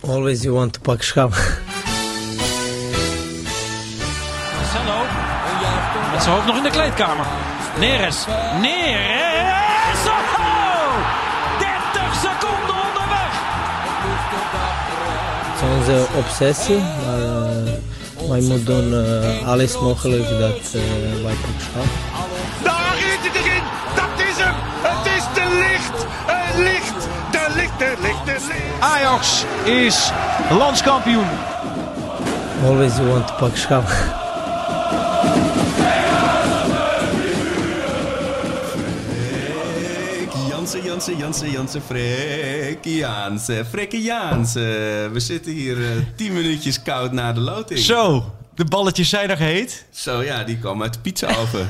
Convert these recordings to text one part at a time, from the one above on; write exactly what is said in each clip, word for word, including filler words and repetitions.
Always you want to pak schap. Marcelo. Met zijn hoofd nog in de kleedkamer. Neres. Neres. Oh! dertig seconden onderweg. Het is onze obsessie, maar uh, wij moeten doen uh, alles mogelijk dat uh, wij pak schap. Daar is het erin. Dat is hem. Het is de licht. Het licht. De licht, de licht, de licht. Ajax is landskampioen. Always you want to pak schap. Jansen, Jansen, Jansen, Jansen, Frekkie Jansen, Frekkie Jansen. We zitten hier uh, tien minuutjes koud na de loting. Zo, de balletjes zijn nog heet. Zo ja, die komen uit de pizzaoven.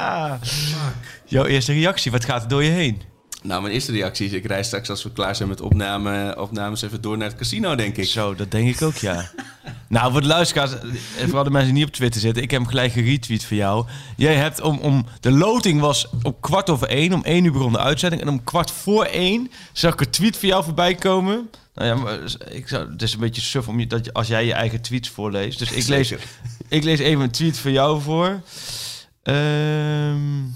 Jouw eerste reactie, wat gaat er door je heen? Nou, mijn eerste reactie is, ik rijd straks als we klaar zijn met opname, opnames even door naar het casino, denk ik. Zo, dat denk ik ook, ja. Nou, voor de luisteraars, en vooral de mensen die niet op Twitter zitten, ik heb hem gelijk geretweet voor jou. Jij hebt om, om, de loting was op kwart over één, om één uur begon de uitzending. En om kwart voor één zag ik een tweet voor jou voorbij komen. Nou ja, maar ik zou, het is een beetje suf om je, dat je, als jij je eigen tweets voorleest. Dus ik lees, ik lees even een tweet voor jou voor. Ehm... Um,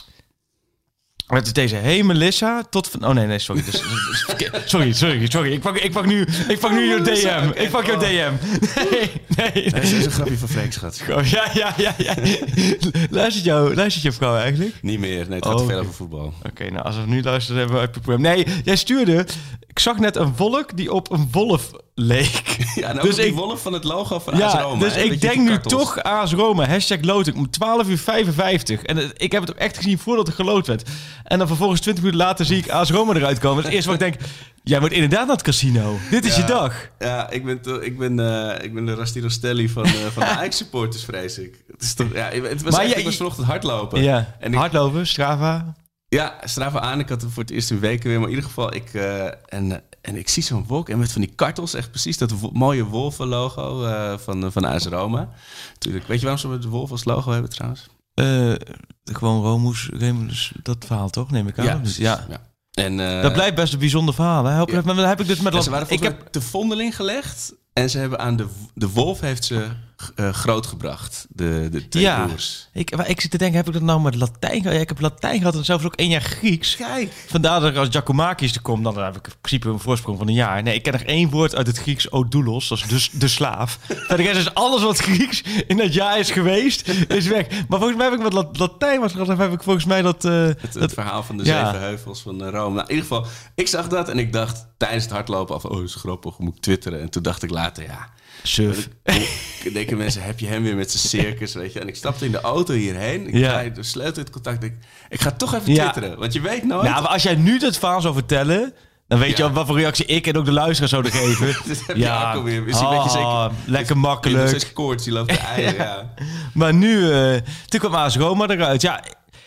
Het is deze. Hey Melissa, tot van... Oh nee, nee, sorry. Dus, sorry, sorry, sorry. Ik pak, ik pak nu, ik pak nu jouw D M. Ik pak jouw D M. Nee, nee. Dat is een grapje van Freek, schat. Ja, ja, ja, ja. Luistert, jou, luistert je vrouw eigenlijk? Niet meer. Nee, het gaat oh, te veel okay. over voetbal. Oké, okay, nou, als we nu luisteren, hebben we het probleem. Nee, jij stuurde... Ik zag net een wolk die op een wolf leek. Ja, nou dus die ik, wolf van het logo van ja, A S Roma. Dus hè, ik denk nu toch A S Roma, hashtag loting, om twaalf uur vijfenvijftig. En uh, ik heb het ook echt gezien voordat er geloot werd. En dan vervolgens twintig minuten later zie ik A S Roma eruit komen. Het eerste wat ik denk, jij moet inderdaad naar het casino. Dit is ja, je dag. Ja, ik ben, to- ik ben, uh, ik ben de Rasti Rostelli van, uh, van de Ajax-supporters, vrees ik. Het, is toch, ja, het was echt, ik was vanochtend hardlopen. Ja, en ik, hardlopen, Strava... Ja, Strava aan. Ik had het voor het eerst in weken weer. Maar in ieder geval, ik, uh, en, en ik zie zo'n wolk. En met van die kartels, echt precies dat wo- mooie wolven-logo uh, van, van A S Roma. Tuurlijk. Weet je waarom ze de wolf als logo hebben trouwens? Uh, gewoon Romus, Remus, dat verhaal toch, neem ik aan? Ja, dus, ja. ja. En, uh, dat blijft best een bijzonder verhaal. Hè? Heb, ja. heb, heb ik dus met ja, ze waren ik heb de vondeling gelegd. En ze hebben aan de, de wolf heeft ze uh, grootgebracht. De, de twee ja, broers. Ik, ik zit te denken, heb ik dat nou met Latijn gehad? Ja, ik heb Latijn gehad en zelfs ook één jaar Grieks. Kijk. Vandaar dat als Giacomakis er komt, dan heb ik in principe een voorsprong van een jaar. Nee, ik ken nog één woord uit het Grieks, odoulos, dat is dus de slaaf. Verder is dus alles wat Grieks in dat jaar is geweest, is weg. Maar volgens mij heb ik met Latijn was gehad, heb ik volgens mij dat... Uh, het, het dat, verhaal van de ja. zeven heuvels van uh, Rome. Nou, in ieder geval, ik zag dat en ik dacht tijdens het hardlopen af, oh, dat is grappig, moet ik twitteren. En toen dacht ik later, ja... Surf. Ik denken mensen, heb je hem weer met zijn circus, weet je? En ik stapte in de auto hierheen. Ik ja. ga de sleutel in het contact. Ik, ik ga toch even ja. twitteren, want je weet nooit. Nou, maar als jij nu het verhaal zou vertellen, dan weet ja. je al wat voor reactie ik en ook de luisteraar zouden geven. Dus heb ja, je weer. Is oh, een beetje zeker, lekker makkelijk. Je koorts, die loopt de eieren, ja. Maar nu, uh, toen kwam A S Roma eruit. Ja,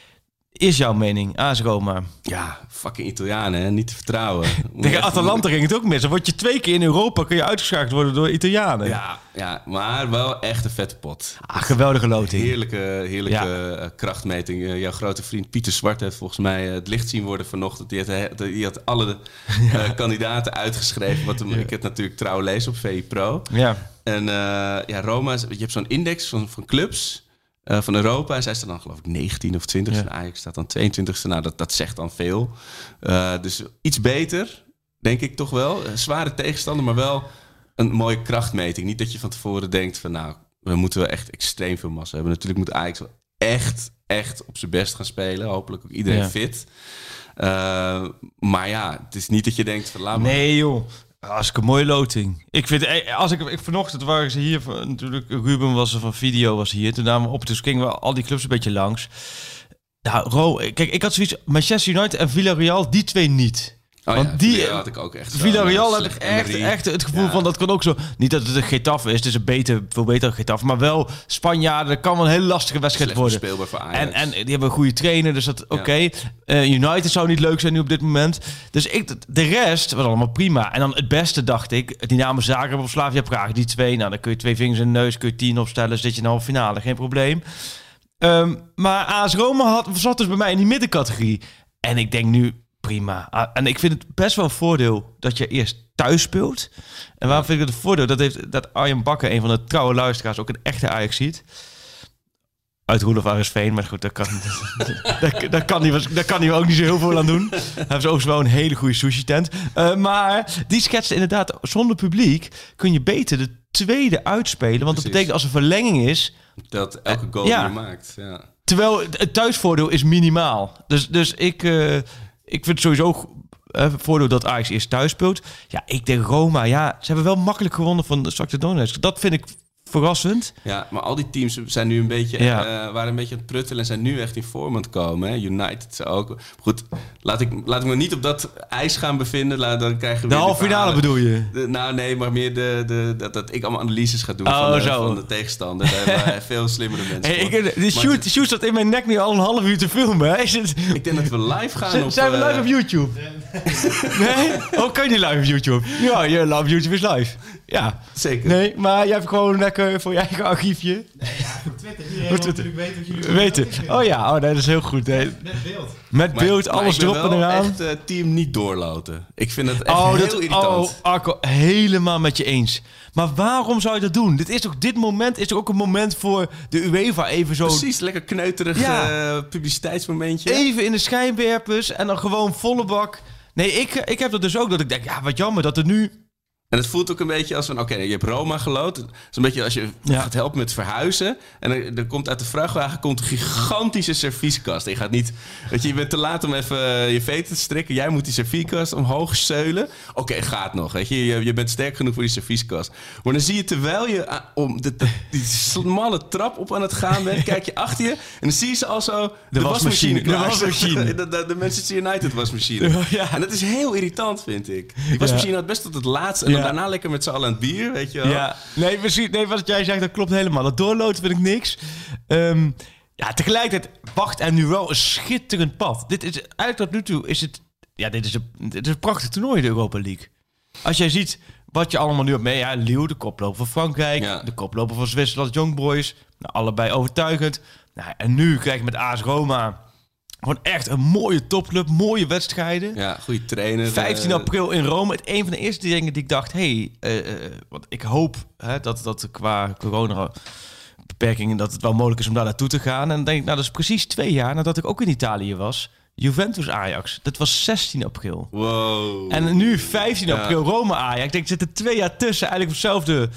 is jouw mening, A S Roma? Ja, fucking Italianen, hè? Niet te vertrouwen. Tegen Atalanta ging het ook mis. Dan word je twee keer in Europa, kun je uitgeschakeld worden door Italianen. Ja, ja, maar wel echt een vette pot. Ah, geweldige loting. Heerlijke, heerlijke ja. uh, krachtmeting. Uh, jouw grote vriend Pieter Zwart heeft volgens mij uh, het licht zien worden vanochtend. Die had, die had alle uh, ja. kandidaten uitgeschreven. Wat hem, ja. Ik heb natuurlijk trouw lezen op V I Pro. Ja. En uh, ja, Roma, je hebt zo'n index van, van clubs... Uh, van Europa. En zij staan dan geloof ik negentien of twintigste. Ja. Ajax staat dan tweeëntwintigste. Nou, dat, dat zegt dan veel. Uh, dus iets beter, denk ik toch wel. Een zware tegenstander, maar wel een mooie krachtmeting. Niet dat je van tevoren denkt van nou, we moeten wel echt extreem veel massa hebben. Natuurlijk moet Ajax wel echt, echt op zijn best gaan spelen. Hopelijk ook iedereen ja. fit. Uh, maar ja, het is niet dat je denkt van laat maar. Nee joh. Hartstikke mooie loting. Ik vind, als ik, ik vanochtend waren ze hier, natuurlijk Ruben was er van Video was hier. Toen namen we op, dus gingen we al die clubs een beetje langs. Nou, Ro, kijk, ik had zoiets, Manchester United en Villarreal, die twee niet. Oh Want ja, die Villarreal had ik ook echt. Villarreal heb ik echt, echt het gevoel ja. van dat kan ook zo. Niet dat het een Getafe is, het is een beter, veel beter Getafe, maar wel Spanjaarden. Dat kan wel een hele lastige wedstrijd Slecht worden. Speelbaar voor Ajax. En, en die hebben een goede trainer, dus dat oké. Okay. Ja. Uh, United zou niet leuk zijn nu op dit moment. Dus ik, de rest was allemaal prima. En dan het beste dacht ik, Dynamo Zagreb of Slavia Praag, die twee. Nou, dan kun je twee vingers in de neus, kun je tien opstellen, zit je in de halve finale, geen probleem. Um, maar A S Roma had, zat dus bij mij in die middencategorie. En ik denk nu, prima. Ah, en ik vind het best wel een voordeel dat je eerst thuis speelt. En waarom vind ik dat een voordeel? Dat heeft dat Arjen Bakker, een van de trouwe luisteraars, ook een echte Ajax ziet. Uit Roelof Aresveen, maar goed, daar kan, daar, daar, kan hij, daar kan hij ook niet zo heel veel aan doen. Hij heeft overigens wel een hele goede sushi-tent. Uh, maar die schetste inderdaad, zonder publiek kun je beter de tweede uitspelen. Want Precies. dat betekent als er verlenging is... Dat elke goal uh, ja. die je maakt, ja. Terwijl het thuisvoordeel is minimaal. Dus, dus ik, uh, ik vind het sowieso uh, voordeel dat Ajax eerst thuis speelt. Ja, ik denk Roma, ja, ze hebben wel makkelijk gewonnen van Shakhtar Donetsk. Dat vind ik verrassend. Ja, maar al die teams zijn nu een beetje, ja. uh, waren een beetje aan het pruttelen en zijn nu echt in vorm aan het komen. Hè? United ook. Goed, laat ik, laat ik me niet op dat ijs gaan bevinden. Laat, dan krijgen we de halve finale bedoel je? De, nou nee, maar meer de, de, dat, dat ik allemaal analyses ga doen oh, van, de, zo. van de tegenstander. Daar hebben we veel slimmere mensen hey, ik, De shoot, het, shoot zat in mijn nek nu al een half uur te filmen. Hè? Het... Ik denk dat we live gaan. Z- op... Zijn we live uh... op YouTube? Nee? Oh, kan je niet live op YouTube? Ja, je live op YouTube is live. Ja, zeker. Nee, maar jij hebt gewoon lekker voor je eigen archiefje. Nee, ja, voor Twitter. Iedereen wil natuurlijk weten wat jullie weten. Oh ja, oh, nee, dat is heel goed. Nee. Met, met beeld. Met maar, beeld, alles erop en eraan. Ik ben wel echt uh, team niet doorloten. Ik vind het echt oh, heel dat, irritant. Oh, Arco, helemaal met je eens. Maar waarom zou je dat doen? Dit is toch, dit moment is toch ook een moment voor de UEFA even zo... Precies, lekker kneuterig ja. uh, publiciteitsmomentje. Even in de schijnwerpers en dan gewoon volle bak. Nee, ik, ik heb dat dus ook, dat ik denk, ja, wat jammer dat er nu... En het voelt ook een beetje als van, oké, okay, je hebt Roma geloot. Het is een beetje als je ja. gaat helpen met verhuizen. En er, er komt uit de vrachtwagen komt een gigantische servieskast. En je gaat niet, weet je, je bent te laat om even uh, je veten te strikken. Jij moet die servieskast omhoog zeulen. Oké, okay, gaat nog, weet je. je. Je bent sterk genoeg voor die servieskast. Maar dan zie je, terwijl je uh, om de, de, die smalle trap op aan het gaan bent, kijk je achter je. En dan zie je ze al zo de, de wasmachine. De wasmachine. De, de, de, de Manchester United wasmachine. Ja. En dat is heel irritant, vind ik. Die wasmachine had best tot het laatste... En ja. daarna lekker met z'n allen aan het bier, weet je wel. Ja, nee, precies, nee, wat jij zegt, dat klopt helemaal. Dat doorloten vind ik niks. Um, ja, tegelijkertijd wacht er nu wel een schitterend pad. Dit is eigenlijk tot nu toe is het... Ja, dit is een, dit is een prachtig toernooi, de Europa League. Als jij ziet wat je allemaal nu hebt mee... Ja, Lille, de koploper van Frankrijk. Ja. De koploper van Zwitserland, Young Boys. Nou, allebei overtuigend. Nou, en nu krijg je met A S Roma... Gewoon echt een mooie topclub, mooie wedstrijden. Ja, goede trainer. vijftien april in Rome. Het een van de eerste dingen die ik dacht... hey, uh, uh, want ik hoop hè, dat, dat qua corona-beperkingen... dat het wel mogelijk is om daar naartoe te gaan. En dan denk ik, nou, dat is precies twee jaar nadat ik ook in Italië was. Juventus-Ajax. Dat was zestien april. Wow. En nu vijftien april ja. Rome-Ajax. Ik denk, er zitten twee jaar tussen. Eigenlijk op dezelfde,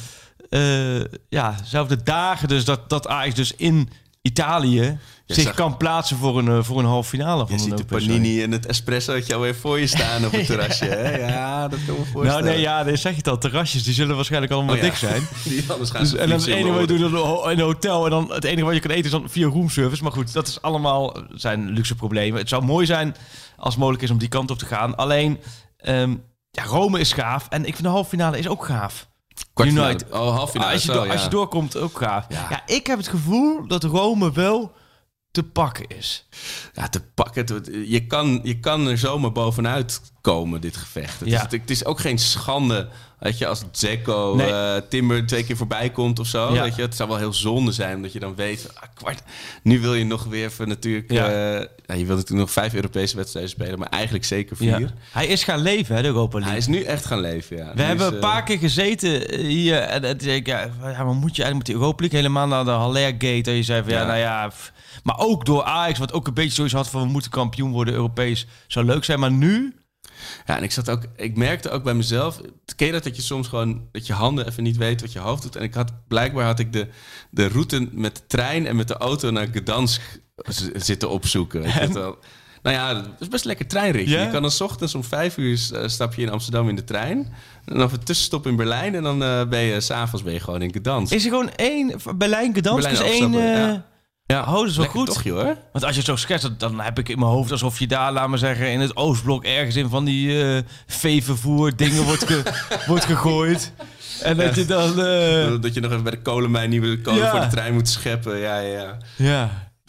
uh, ja, dezelfde dagen. Dus dat, dat Ajax dus in Italië... Je zich zag... kan plaatsen voor een, voor een halve finale. Van je ziet de panini en het espressootje alweer voor je staan op het terrasje. Hè? Ja, dat kan me voorstellen. Nou nee, ja, dan zeg je het al. Terrasjes, die zullen waarschijnlijk allemaal oh, ja. dik zijn. Die anders gaan dus, ze en dan het enige wat je doet in een hotel... en dan het enige wat je kan eten is dan via roomservice. Maar goed, dat is allemaal zijn luxe problemen. Het zou mooi zijn als het mogelijk is om die kant op te gaan. Alleen, um, ja, Rome is gaaf. En ik vind de halve finale is ook gaaf. United. Oh, halve finale. Als je, zo, door, ja. als je doorkomt, ook gaaf. Ja. Ja, ik heb het gevoel dat Rome wel... te pakken is. Ja, te pakken. Je kan, je kan er zomaar bovenuit komen, dit gevecht. Het, ja. is, het is ook geen schande, weet je, als Dzeko, nee. uh, Timber twee keer voorbij komt of zo. Ja. Weet je, het zou wel heel zonde zijn, omdat je dan weet, ah, kwart, nu wil je nog weer even natuurlijk... Ja. Uh, ja, je wilt natuurlijk nog vijf Europese wedstrijden spelen, maar eigenlijk zeker vier. Ja. Hij is gaan leven, hè, de Europa League. Hij is nu echt gaan leven, ja. We nu hebben is, een paar uh... keer gezeten hier en het denk ja, ja, maar moet je eigenlijk met de Europa League helemaal naar de Haller-gate, en je zei van, ja, ja nou ja... Pff, maar ook door Ajax, wat ook een beetje zoiets had van... we moeten kampioen worden, Europees, zou leuk zijn. Maar nu... Ja, en ik zat ook... Ik merkte ook bij mezelf... Ken je dat, dat je soms gewoon... dat je handen even niet weet wat je hoofd doet? En ik had... Blijkbaar had ik de, de route met de trein en met de auto naar Gdansk z- zitten opzoeken. Ik had wel, nou ja, dat is best een lekker treinritje. Yeah. Je kan dan 's ochtends om vijf uur uh, stap je in Amsterdam in de trein. En dan een tussenstop in Berlijn. En dan uh, ben je... 's avonds ben je gewoon in Gdansk. Is er gewoon één... Berlijn, Gdansk is één... Uh... Ja. Ja, oh, dat is wel lekker goed. Toch, joh, hè? Want als je het zo schetst, dan heb ik in mijn hoofd alsof je daar, laat maar zeggen, in het Oostblok ergens in van die uh, veevervoer dingen wordt, ge, wordt gegooid. En dat ja. je dan... Uh... Dat je nog even bij de kolenmijn nieuwe kolen ja. voor de trein moet scheppen. Ja, ja, ja.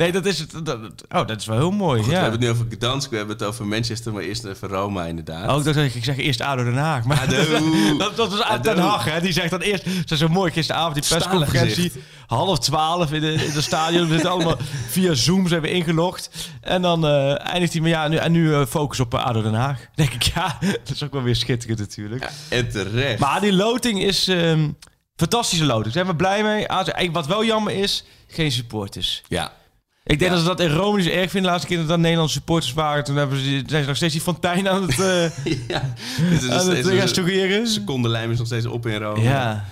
Nee, dat is het. Dat, oh, dat is wel heel mooi. Goed, ja. We hebben het nu over Gdansk, we hebben het over Manchester, maar eerst even Roma inderdaad. Oh, dat ik zeg eerst A D O Den Haag. Maar Ado. dat, dat was uit Den Haag, hè. Die zegt dan eerst... Dat is zo mooi, gisteravond die persconferentie. Half twaalf in de, in de stadion. We zitten allemaal via Zoom, zijn we ingelogd. En dan uh, eindigt hij met ja, nu, en nu uh, focus op uh, A D O Den Haag. Dan denk ik, ja, dat is ook wel weer schitterend natuurlijk. Ja, en terecht. Maar die loting is... Um, fantastische loting. Daar zijn we blij mee. Eigenlijk wat wel jammer is, geen supporters. Ja. Ik denk ja. dat ze dat in Rome niet zo erg vinden. De laatste keer dat er Nederlandse supporters waren, toen hebben ze, zijn ze nog steeds die fontein aan het, uh, ja. Dus aan het restaureren. Secondenlijm is nog steeds op in Rome. Ja.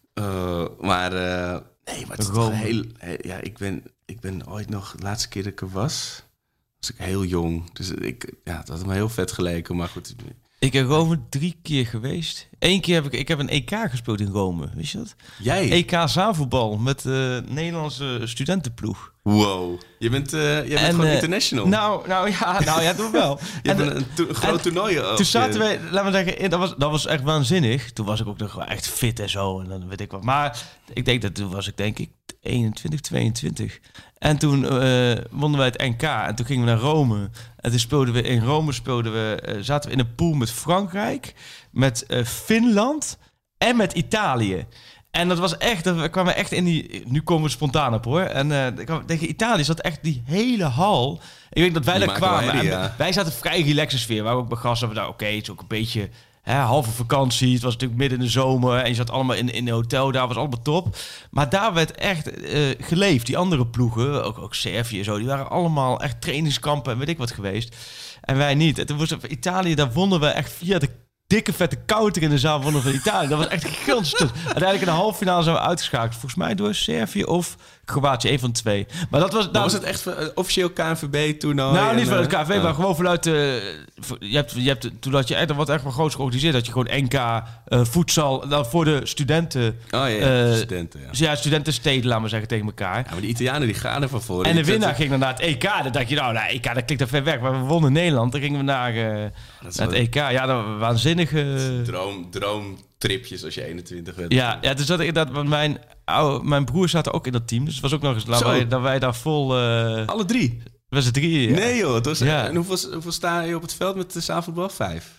Uh, maar uh, nee, maar het is Rome. toch heel, heel... Ja, ik ben, ik ben ooit nog... De laatste keer dat ik er was, was ik heel jong. Dus ik, ja, het had me heel vet geleken. Maar goed... Ik ben Rome drie keer geweest. Eén keer heb ik, ik heb een E K gespeeld in Rome, weet je dat? Jij? E K zaalvoetbal met de uh, Nederlandse studentenploeg. Wow. Je bent, uh, je bent en, gewoon uh, international. Nou, nou ja, nou ja, toch wel. Je en, hebt een, to- een groot toernooi ook. Toen zaten wij, laten we zeggen, dat was, dat was echt waanzinnig. Toen was ik ook nog wel echt fit en zo. En dan weet ik wat. Maar ik denk dat toen was ik denk ik eenentwintig, tweeëntwintig. En toen uh, wonnen wij het N K. En toen gingen we naar Rome. En toen speelden we in Rome, speelden we, uh, zaten we in een pool met Frankrijk, met uh, Finland en met Italië. En dat was echt, we kwamen echt in die... Nu komen we spontaan op, hoor. En uh, tegen Italië zat echt die hele hal. Ik denk dat wij Die daar maken kwamen. herrie, En ja. wij zaten vrij relaxe sfeer. Waar we ook bij gasten hebben, nou, oké, okay, het is ook een beetje... Hè, halve vakantie, het was natuurlijk midden in de zomer... en je zat allemaal in, in een hotel, daar was allemaal top. Maar daar werd echt uh, geleefd. Die andere ploegen, ook, ook Servië en zo... die waren allemaal echt trainingskampen en weet ik wat geweest. En wij niet. En toen was Italië, daar wonnen we echt via de... dikke vette kouter in de zaal van van Italië. Dat was echt gigantisch. Uiteindelijk in de halve finale zijn we uitgeschakeld. Volgens mij door Servië of Kroatië, één van de twee. Maar dat was... Nou, Nou, was het echt uh, officieel K N V B-toernooi? nou, niet en, vanuit het K N V B, uh, maar gewoon vanuit... Uh, je hebt, je hebt, toen had je echt wat echt wel groots georganiseerd. Dat je gewoon N K uh, voedsel dan voor de studenten... Oh ja, uh, studenten, ja. Ja, studentensteden, laten we zeggen, tegen elkaar. Ja, maar die Italianen die gaan er van voor. En de Die- winnaar dat- ging dan naar het E K. Dan dacht je, nou, nou E K, dat klinkt er ver weg. Maar we wonnen Nederland. Dan gingen we naar, uh, naar dat is het wel- E K. Ja, dat was waanzinnige... Droom, droomtripjes als je eenentwintig bent. Ja, ja, dus dat ik dat, want mijn, oude, mijn broer zat ook in dat team. Dus het was ook nog eens dat Zo. wij, dat wij daar vol... Uh, Alle drie? was het drie? Ja. Nee joh, het was, Ja. en hoeveel, hoeveel sta je op het veld met de zaalvoetbal? Vijf?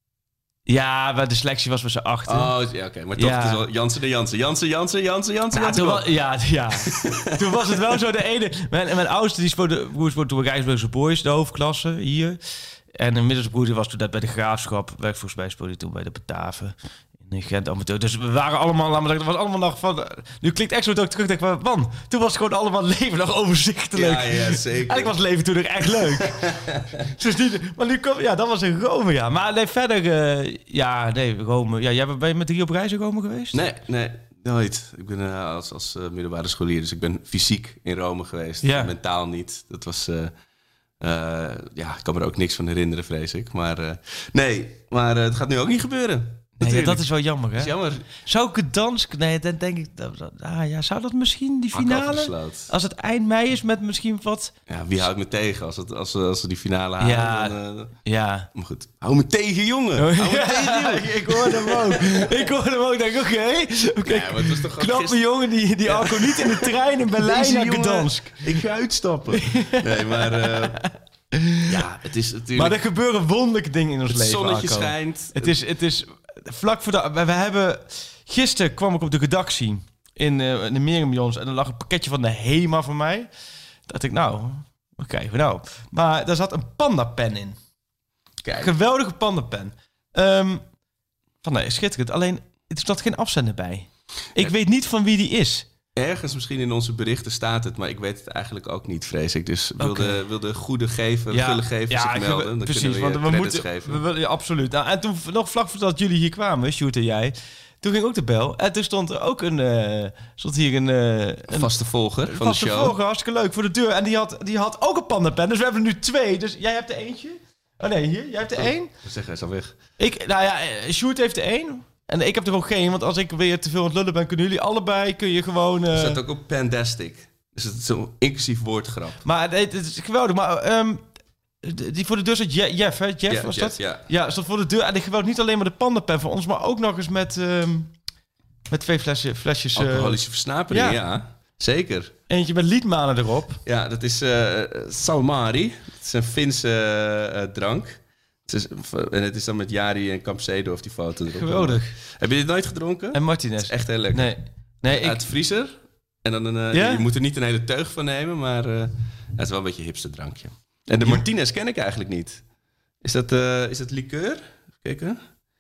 Ja, maar de selectie was met z'n achten. Oh, ja, oké. Maar toch, Ja. het is wel Jansen de Jansen. Jansen, Jansen, Jansen, Jansen, Ja, Jansen. toen was, ja, ja. Toen was het wel zo de ene... Mijn, mijn oudste, die speelde, broer speelde toen bij Rijksburgse Boys, de hoofdklasse, hier. En de middelste broer, die was toen dat bij de Graafschap. Weg, volgens mij speelde hij toen bij de Bataven. In Gent amateur. Dus we waren allemaal, laat maar zeggen, dat was allemaal nog van... Nu klinkt echt zo dat ik terugdenk van, man, toen was het gewoon allemaal leven nog overzichtelijk. Ja, ja, zeker. Eigenlijk was het leven toen nog echt leuk. dus die, maar nu kom, ja, dat was in Rome, ja. Maar nee, verder, uh, ja, nee, Rome. Ja, jij bent ben je met drie op reis in Rome geweest? Nee, nee, nooit. Ik ben uh, als, als uh, middelbare scholier, dus ik ben fysiek in Rome geweest. Ja. Mentaal niet. Dat was... Uh, uh, ja, ik kan me er ook niks van herinneren, vrees ik. Maar uh, nee, maar uh, het gaat nu ook niet gebeuren. Nee, ja, Natuurlijk. dat is wel jammer, hè? Dat is jammer. Zou ik het Dansk... Nee, dan denk ik... Dat, dat- ah, ja, zou dat misschien die Hak finale... afgesloten. Als het eind mei is met misschien wat... Ja, wie houdt me tegen als, het, als, we, als we die finale halen? Ja. Dan, uh, Ja. maar goed, hou me tegen, jongen. Hou me tegen, jongen. ik, ik hoorde hem ook. Ik hoorde hem ook. Ik denk, oké. oké, Ja, maar het was toch gewoon knappe gister- jongen die, die alcohol niet in de trein in Berlijn Deze naar jongen, Gdansk. Ik ga uitstappen. Nee, maar... uh, ja, het is natuurlijk... Maar er gebeuren wonderlijke dingen in ons het leven, zonnetje Arco. schijnt. Het is, het is vlak voor de... We, we hebben... Gisteren kwam ik op de redactie in, uh, in de Meridians en er lag een pakketje van de HEMA voor mij. Dat dacht ik, nou, wat krijgen we nou? Maar daar zat een pandapen in. Kijk. Geweldige pandapen. Um, van nee, schitterend. Alleen, er zat geen afzender bij. Ik Ja. weet niet van wie die is. Ergens misschien in onze berichten staat het, maar ik weet het eigenlijk ook niet, vrees ik. Dus wilde, Oké. wilde goede gever, gulle gever zich ik- melden. Dan precies, kunnen we, want je we credits moeten... geven. We, willen- ja, absoluut. Nou, en toen, nog vlak voordat jullie hier kwamen, Sjoerd en jij... Toen ging ook de bel. En toen stond er ook een... uh, stond hier een... Uh, een Vaste volger van de vaste show. volger, hartstikke leuk, voor de deur. En die had, die had ook een pandapen. Dus we hebben er nu twee. Dus jij hebt er eentje. Oh nee, hier. Jij hebt er één. Zeg, hij is al weg. Ik, nou ja, eh, Sjoerd heeft er één. En ik heb er ook geen. Want als ik weer te veel aan het lullen ben, kunnen jullie allebei... Kun je gewoon... Uh, Er staat ook op Pandastic. Dus het is zo'n inclusief woordgrap. Maar het, het is geweldig. Maar um, die voor de deur zat Je- Jeff, hè? Jeff Ja, was Jeff, dat? ja. Ja, stond voor de deur. En ik geweld niet alleen maar de pandapen van ons, maar ook nog eens met, um, met twee flesjes... flesjes uh, Alcoholische versnapering, ja. ja. Zeker. Eentje met liedmanen erop. Ja, dat is uh, Salmari. Het is een Finse uh, drank. Het is, en het is dan met Jari en Campsedo of die foto erop. Geweldig. Heb je dit nooit gedronken? En Martinez. Het is echt heel lekker. Nee. nee ik... Uit de vriezer. En dan een, uh, ja? je moet er niet een hele teug van nemen, maar uh, het is wel een beetje een hipster drankje. En de Martinez ken ik eigenlijk niet. Is dat, uh, is dat liqueur? Even kijken.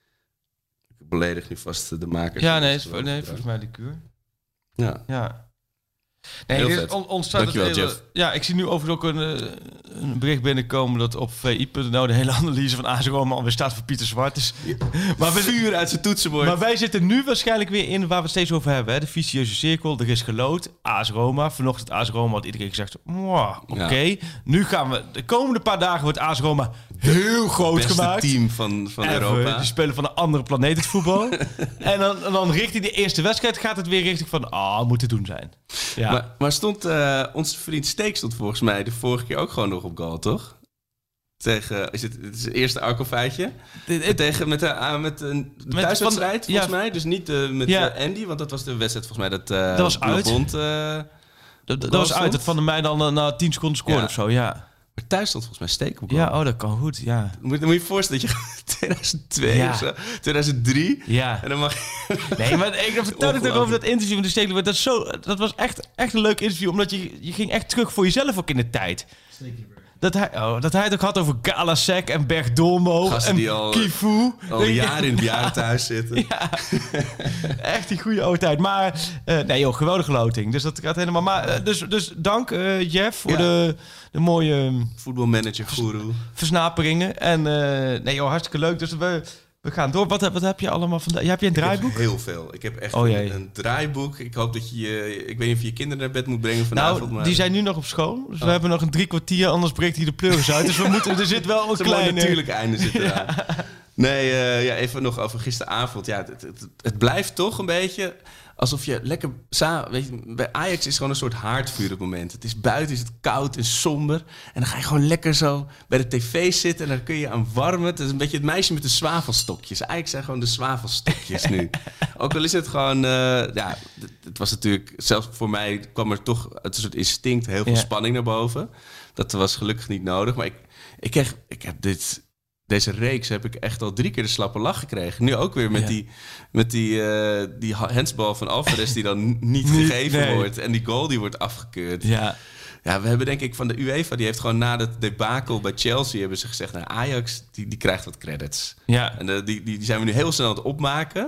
Ik beledig nu vast de maker. Ja, nee, is, nee volgens mij liqueur. Ja. Ja. Nee, heel dus vet. On, ontstaat Dankjewel, het hele, Jeff. Ja, ik zie nu overigens ook een, een bericht binnenkomen dat op v i punt n l de hele analyse van A S Roma alweer staat voor Pieter Zwart. Dus, Ja. maar we, vuur uit zijn toetsenbord. Maar wij zitten nu waarschijnlijk weer in waar we het steeds over hebben. Hè? De vicieuze cirkel, er is geloot. A S Roma. Vanochtend A S Roma had iedereen gezegd, oké. Okay. Ja. Nu gaan we, de komende paar dagen wordt A S Roma heel groot beste gemaakt. Beste team van, van Ever. Europa. Die spelen van een andere planeet het voetbal. en, dan, en dan richting de eerste wedstrijd gaat het weer richting van, ah, oh, moet te doen zijn. Ja. Maar, maar stond uh, onze vriend Steek stond volgens mij de vorige keer ook gewoon nog op goal, toch? Tegen, is het, het is het eerste Arco-feitje. Tegen met de, uh, met een met thuiswedstrijd, volgens ja. mij. Dus niet uh, met ja. uh, Andy, want dat was de wedstrijd volgens mij dat uh, dat was uit. Bond, uh, dat, dat was uit. Dat Van der Meij dan na tien seconden scoorde ja. of zo, ja. Maar thuis stond volgens mij Steek op goal. Ja, oh, dat kan goed, ja. Moet, moet je je voorstellen dat je tweeduizend twee ja. of zo, tweeduizend drie Ja. En dan mag je... Nee, maar ik vertelde het ook over dat interview met de Steek. Dat, is zo, dat was echt, echt een leuk interview, omdat je, je ging echt terug voor jezelf ook in de tijd. Dat hij, oh, dat hij het ook had over Galasek en Bergdolmo en die al, Kifu. al jaren in het jaar thuis zitten. Ja, echt die goede oude tijd. Maar uh, nee joh, geweldige loting. Dus dat gaat helemaal... Maar, uh, dus, dus dank uh, Jeff voor ja. de, de mooie... voetbalmanager guru. Versnaperingen. En uh, nee joh, hartstikke leuk. Dus we... We gaan door. Wat, wat heb je allemaal vandaag? Heb je een draaiboek? Ik heb heel veel. Ik heb echt oh, een, een draaiboek. Ik hoop dat je... Ik weet niet of je je kinderen naar bed moet brengen vanavond. Nou, maar... die zijn nu nog op school. Dus oh. we hebben nog een drie kwartier. Anders breekt hij de pleuris uit. Dus we moeten... Er zit wel een kleine... natuurlijk einde zit eraan. Ja. Nee, uh, ja, even nog over gisteravond. Ja, het, het, het blijft toch een beetje... alsof je lekker... Weet je, bij Ajax is het gewoon een soort haardvuur op het moment. Het is buiten, is het koud en somber. En dan ga je gewoon lekker zo bij de tv zitten... en dan kun je aan warmen. Het is een beetje het meisje met de zwavelstokjes. Ajax zijn gewoon de zwavelstokjes nu. Ook al is het gewoon... Uh, ja, het, het was natuurlijk... Zelfs voor mij kwam er toch een soort instinct... heel veel ja. spanning naar boven. Dat was gelukkig niet nodig. Maar ik, ik, kreeg, ik heb dit... Deze reeks heb ik echt al drie keer de slappe lach gekregen. Nu ook weer met ja. die, met die, uh, die handsbal van Alvarez die dan niet gegeven nee. wordt. En die goal die wordt afgekeurd. Ja. Ja, we hebben denk ik van de UEFA... die heeft gewoon na dat debacle bij Chelsea... hebben ze gezegd, nou Ajax, die, die krijgt wat credits. Ja. En uh, die, die, die zijn we nu heel snel aan het opmaken.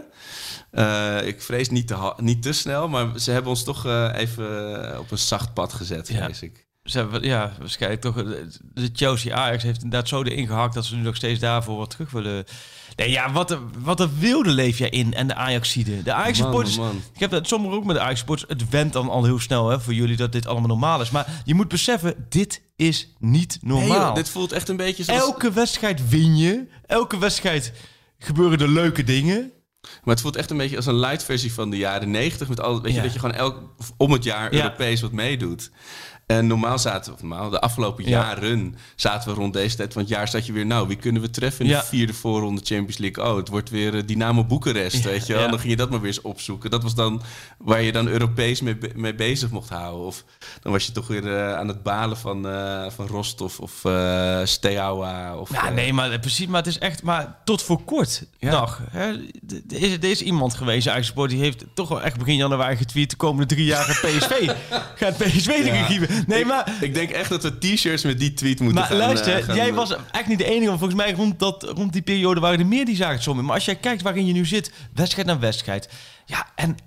Uh, ik vrees niet te, ha- niet te snel... maar ze hebben ons toch uh, even op een zacht pad gezet, vrees ja. ik. Ze hebben, ja, waarschijnlijk toch. De Chelsea Ajax heeft inderdaad zo erin gehakt dat ze nu nog steeds daarvoor wat terug willen. Nee, ja, wat een, wat een wilde leef jij in en de Ajaxide. De Ajax supporters. Ik heb het soms ook met de Ajax supporters. Het went dan al heel snel hè, voor jullie dat dit allemaal normaal is. Maar je moet beseffen, dit is niet normaal. Nee, joh, dit voelt echt een beetje zoals... Elke wedstrijd win je. Elke wedstrijd gebeuren er leuke dingen. Maar het voelt echt een beetje als een light versie van de jaren negentig. Met al, weet je, ja. dat je gewoon elk om het jaar ja. Europees wat meedoet. En normaal zaten we, normaal, de afgelopen ja. jaren zaten we rond deze tijd van het jaar zat je weer, nou, wie kunnen we treffen in ja. de vierde voorronde Champions League? Oh, het wordt weer uh, Dynamo Boekarest, ja. weet je wel. Ja. Dan ging je dat maar weer eens opzoeken. Dat was dan waar je dan Europees mee, mee bezig mocht houden. Of dan was je toch weer uh, aan het balen van, uh, van Rostov of uh, Steaua. Of, ja, uh, nee, maar precies, maar het is echt, maar tot voor kort ja. nog. Hè, er, is, er is iemand geweest, Ajax-sport, die heeft toch wel echt begin januari getweet, de komende drie jaar gaat P S V. gaat P S V de gegeven. Nee, ik, maar... Ik denk echt dat we t-shirts met die tweet moeten maar gaan... Maar luister, uh, gaan, jij was echt niet de enige. Want volgens mij rond, dat, rond die periode waren er meer die zagen het zo. Maar als jij kijkt waarin je nu zit, wedstrijd na wedstrijd. Ja, en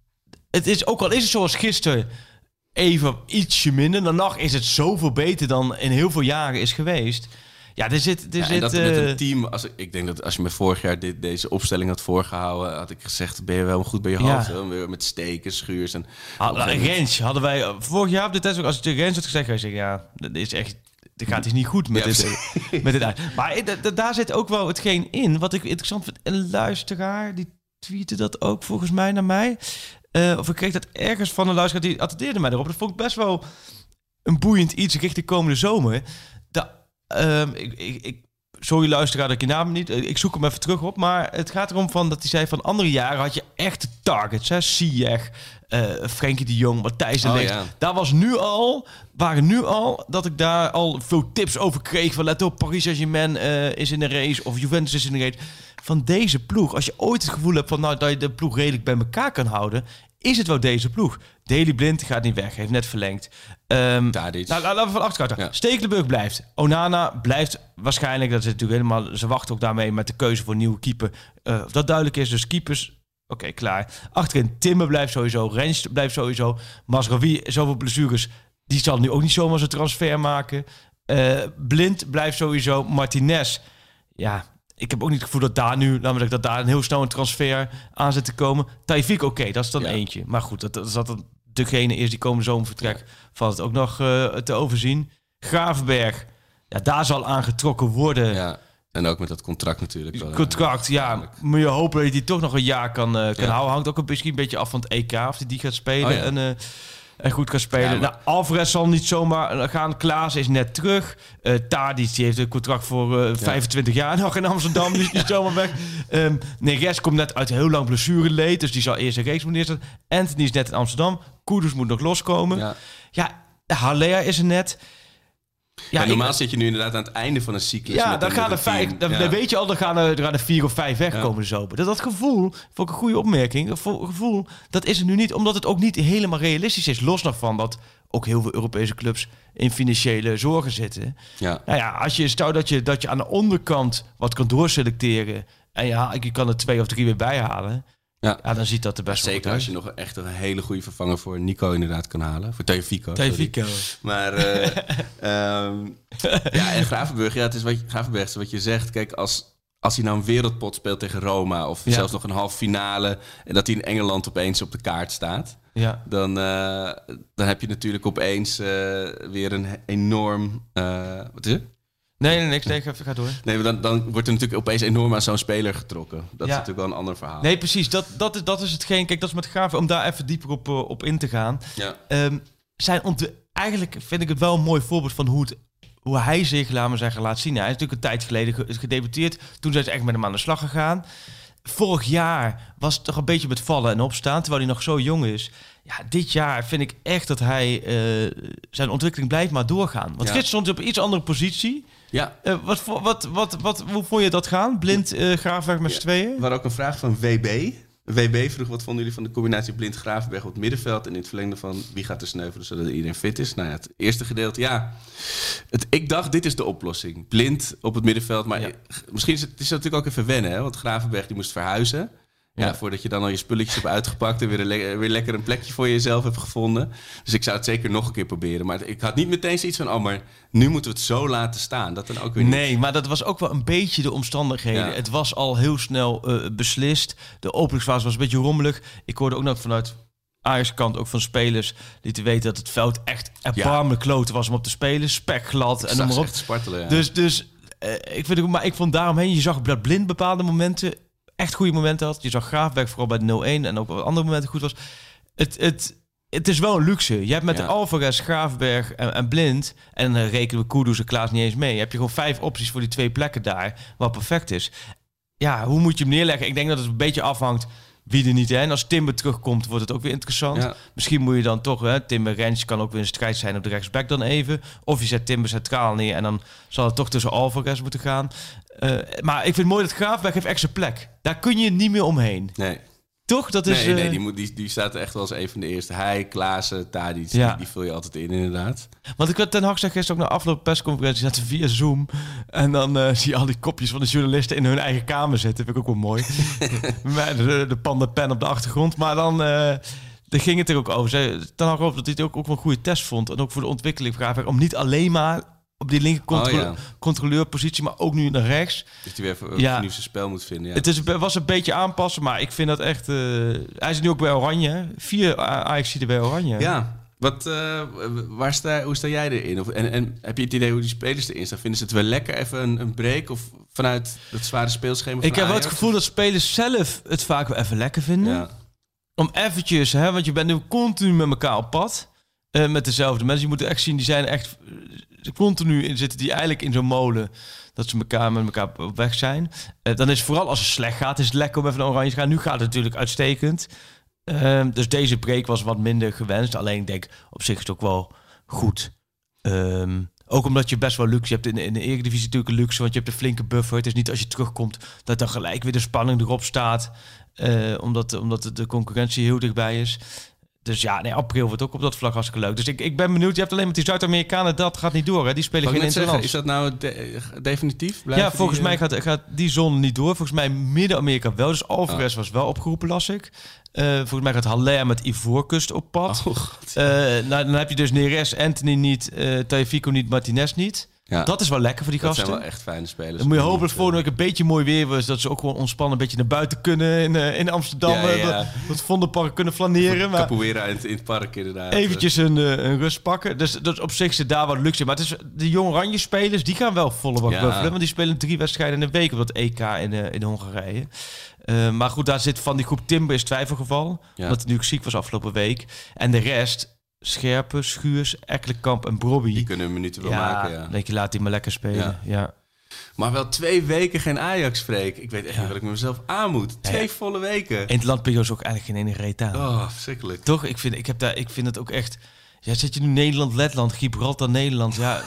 het is ook al is het zoals gisteren even ietsje minder. Dan nog is het zoveel beter dan in heel veel jaren is geweest. Ja, er zit... Er ja, zit dat uh... met een team... Als, ik denk dat als je me vorig jaar dit, deze opstelling had voorgehouden... had ik gezegd, ben je wel goed bij je hoofd. Ja. Hè? Met steken, schuurs en... Ah, Rens hadden wij... Vorig jaar op de test ook, als ik tegen Rens had gezegd... Had ik zeggen, ja, dat is echt... Dat gaat dus niet goed met, ja, dit, met dit uit. Maar d- d- daar zit ook wel hetgeen in. Wat ik interessant vind. Een luisteraar, die tweette dat ook volgens mij naar mij. Uh, of ik kreeg dat ergens van een luisteraar, die attendeerde mij erop. Dat vond ik best wel een boeiend iets richting komende zomer. Da, uh, ik, ik, ik sorry luisteraar dat ik je naam niet... Ik zoek hem even terug op. Maar het gaat erom van dat hij zei van andere jaren had je echte targets. Hè? Ziyech, uh, Frenkie de Jong, Matthijs de Oh, Ligt. ja. Daar was nu al... waren nu al dat ik daar al veel tips over kreeg. Van let op, Paris Saint-Germain uh, is in de race. Of Juventus is in de race. Van deze ploeg. Als je ooit het gevoel hebt van nou, dat je de ploeg redelijk bij elkaar kan houden... is het wel deze ploeg. Daley Blind gaat niet weg. Heeft net verlengd. Um, Tadic. nou, laten we van achterkant. Ja. Stekelenburg blijft. Onana blijft waarschijnlijk. Dat is natuurlijk helemaal... Ze wachten ook daarmee met de keuze voor een nieuwe keeper. Uh, of dat duidelijk is. Dus keepers... Oké, okay, klaar. Achterin Timber blijft sowieso. Rens blijft sowieso. Mazraoui, zoveel blessures... Die zal nu ook niet zomaar zijn transfer maken. Uh, Blind blijft sowieso. Martinez. Ja, ik heb ook niet het gevoel dat daar nu... namelijk dat daar een heel snel een transfer aan zit te komen. Taifik, oké, okay, dat is dan ja. eentje. Maar goed, dat, dat is dat dan degene is die komende zomer vertrekt. Valt het ook nog uh, te overzien. Gravenberg. Ja, daar zal aan getrokken worden. Ja. En ook met dat contract natuurlijk. Wel, contract, ja. ja. Moet je hopen dat hij toch nog een jaar kan, uh, kan ja. houden. Hangt ook een, misschien een beetje af van het E K. Of hij die gaat spelen. Oh, ja. En... Uh, En goed kan spelen. Ja, maar... Nou, Alvarez zal niet zomaar gaan. Klaas is net terug. Uh, Tadic die heeft een contract voor uh, vijfentwintig ja. jaar nog in Amsterdam. Die is niet zomaar weg. Um, Neres komt net uit heel lang blessureleed. Dus die zal eerst een reeks moeten neerzetten. Anthony is net in Amsterdam. Kudus moet nog loskomen. Ja, ja Halea is er net. Ja, ja, normaal ik, zit je nu inderdaad aan het einde van een cyclus. Ja, dan gaan er vijf. Dan, ja. dan weet je al, dan gaan er, er gaan er vier of vijf wegkomen. Ja. Zo. Dat, dat gevoel, vond ik een goede opmerking. Dat gevoel, dat is er nu niet, omdat het ook niet helemaal realistisch is. Los nog van dat ook heel veel Europese clubs in financiële zorgen zitten. Ja. Nou ja, als je stel dat je, dat je aan de onderkant wat kan doorselecteren. En ja, je kan er twee of drie weer bijhalen. Ja. ja, dan ziet dat er best ja, wel zeker als je nog echt een hele goede vervanger voor Nico inderdaad kan halen. Voor Taifiko. Taifiko. Maar uh, um, ja, en Gravenberg, ja, het is wat je, Gravenberg, wat je zegt. Kijk, als, als hij nou een wereldpot speelt tegen Roma of ja. zelfs nog een halve finale en dat hij in Engeland opeens op de kaart staat, ja. dan, uh, dan heb je natuurlijk opeens uh, weer een enorm... Uh, wat is het? Nee, nee, niks. Nee, ga door. Nee, dan, dan wordt er natuurlijk opeens enorm aan zo'n speler getrokken. Dat ja. is natuurlijk wel een ander verhaal. Nee, precies. Dat, dat, is, dat is hetgeen. Kijk, dat is met Graven, om daar even dieper op, uh, op in te gaan. Ja. Um, zijn ont- eigenlijk vind ik het wel een mooi voorbeeld van hoe, het, hoe hij zich, laten we zeggen, laat zien. Hij is natuurlijk een tijd geleden gedebuteerd. Toen zijn ze echt met hem aan de slag gegaan. Vorig jaar was het toch een beetje met vallen en opstaan, terwijl hij nog zo jong is. Ja, dit jaar vind ik echt dat hij uh, zijn ontwikkeling blijft maar doorgaan. Want ja. gisteren stond hij op een iets andere positie. Ja. Uh, wat, wat, wat, wat, hoe vond je dat gaan? Blind, uh, Gravenberg met z'n ja. tweeën? Er was ook een vraag van W B. W B vroeg, wat vonden jullie van de combinatie Blind-Gravenberg op het middenveld en in het verlengde van wie gaat er sneuvelen zodat iedereen fit is? Nou ja, het eerste gedeelte, ja. Het, ik dacht, dit is de oplossing. Blind op het middenveld, maar ja. misschien is het, het is natuurlijk ook even wennen, hè? Want Gravenberg die moest verhuizen. Ja, ja, voordat je dan al je spulletjes hebt uitgepakt en weer, le- weer lekker een plekje voor jezelf hebt gevonden. Dus ik zou het zeker nog een keer proberen. Maar ik had niet meteen zoiets van, oh, maar nu moeten we het zo laten staan. Dat dan ook weer niet. Nee, maar dat was ook wel een beetje de omstandigheden. Ja. Het was al heel snel uh, beslist. De openingsfase was een beetje rommelig. Ik hoorde ook nog vanuit Ajax kant, ook van spelers, die te weten dat het veld echt erbarmelijk ja. kloten was om op te spelen. Spekglad en noem maar op. Echt spartelen, ja. Dus, dus uh, ik vind het, maar ik vond daaromheen, je zag dat Blind bepaalde momenten echt goede momenten had. Je zag Gravenberg vooral bij de nul een en ook op andere momenten goed was. Het, het, het is wel een luxe. Je hebt met ja. de Alvarez, Gravenberg en, en Blind, en dan rekenen we Kudus en Klaas niet eens mee. Je hebt je gewoon vijf opties voor die twee plekken daar, wat perfect is. Ja, hoe moet je hem neerleggen? Ik denk dat het een beetje afhangt wie er niet. Hè? En als Timber terugkomt, wordt het ook weer interessant. Ja. Misschien moet je dan toch, hè, Timber Rens kan ook weer een strijd zijn op de rechtsback dan even. Of je zet Timber centraal neer en dan zal het toch tussen Alvarez moeten gaan. Uh, maar ik vind het mooi dat Gravenberg heeft extra plek. Daar kun je niet meer omheen. Nee. Toch? Dat is, nee, nee uh... die, moet, die, die staat er echt wel als een van de eerste. Hij, Klaassen, Tadic, ja. die, die vul je altijd in, inderdaad. Want ik had Ten Hag zei gisteren ook na afloop persconferentie, zaten via Zoom. En dan uh, zie je al die kopjes van de journalisten in hun eigen kamer zitten. Vind ik ook wel mooi. Met de, de panda pen op de achtergrond. Maar dan... Uh, Daar ging het er ook over. Zij, Ten Hag over dat hij het ook, ook wel een goede test vond. En ook voor de ontwikkeling van om niet alleen maar op die linker controle- oh, ja. controleurpositie, maar ook nu naar rechts. Dus die weer voor ja. nieuw zijn spel moet vinden. Ja. Het is, was een beetje aanpassen, maar ik vind dat echt... Uh, hij is nu ook bij Oranje. Hè? Vier Ajax bij Oranje. Ja. Wat, uh, waar sta, hoe sta jij erin? Of, en, en heb je het idee hoe die spelers erin staan? Vinden ze het wel lekker, even een, een break? Of vanuit het zware speelschema van Ik heb wel Ajax? het gevoel dat spelers zelf het vaak wel even lekker vinden. Ja. Om eventjes, hè, want je bent nu continu met elkaar op pad. Uh, met dezelfde mensen. Je moet echt zien, die zijn echt uh, continu in zitten die eigenlijk in zo'n molen. Dat ze elkaar met elkaar op weg zijn. Uh, dan is het vooral als het slecht gaat, is het lekker om even naar Oranje te gaan. Nu gaat het natuurlijk uitstekend. Uh, dus deze break was wat minder gewenst. Alleen ik denk, op zich is het ook wel goed. Um, ook omdat je best wel luxe hebt in, in de Eredivisie natuurlijk een luxe, want je hebt een flinke buffer. Het is niet als je terugkomt dat dan gelijk weer de spanning erop staat. Uh, omdat, omdat de concurrentie heel dichtbij is. Dus ja, nee, april wordt ook op dat vlak hartstikke leuk. Dus ik, ik ben benieuwd. Je hebt alleen met die Zuid-Amerikanen, dat gaat niet door. Hè? Die spelen geen interlands. Is dat nou de, definitief? Ja, volgens die, mij gaat, gaat die zone niet door. Volgens mij Midden-Amerika wel. Dus Alvarez oh. was wel opgeroepen, las ik. Uh, volgens mij gaat Haller met Ivoorkust op pad. Oh, uh, nou, dan heb je dus Neres, Anthony niet, uh, Tagliafico niet, Martinez niet. Ja. Dat is wel lekker voor die dat gasten. Dat zijn wel echt fijne spelers. Dan moet je hopelijk volgende week een beetje mooi weer was, dat ze ook gewoon ontspannen een beetje naar buiten kunnen in, uh, in Amsterdam. Ja, ja. Dat, dat Vondelpark kunnen flaneren. Maar capoeira in, in het park inderdaad. Eventjes een, uh, een rust pakken. Dus, dus op zich zit daar wat luxe in. Maar het is, de Jong Oranje spelers, die gaan wel volle bak ja. buffelen. Want die spelen drie wedstrijden in een week op dat E K in, uh, in Hongarije. Uh, maar goed, daar zit van die groep Timber is twijfelgeval. Ja. Omdat hij nu ziek was afgelopen week. En de rest... Scherpen, Schuurs, Ekkelenkamp en Brobby. Die kunnen minuten wel ja, maken, ja. denk je, laat die maar lekker spelen. Ja. ja. Maar wel twee weken geen Ajax, Freek. Ik weet echt ja. niet wat ik met mezelf aan moet. Twee ja. volle weken. In het landperiode is ook eigenlijk geen ene reet aan. Oh, verschrikkelijk. Toch? Ik vind, ik heb daar, ik vind het ook echt... Ja, zit je nu Nederland, Letland, Gibraltar, Nederland. Ja,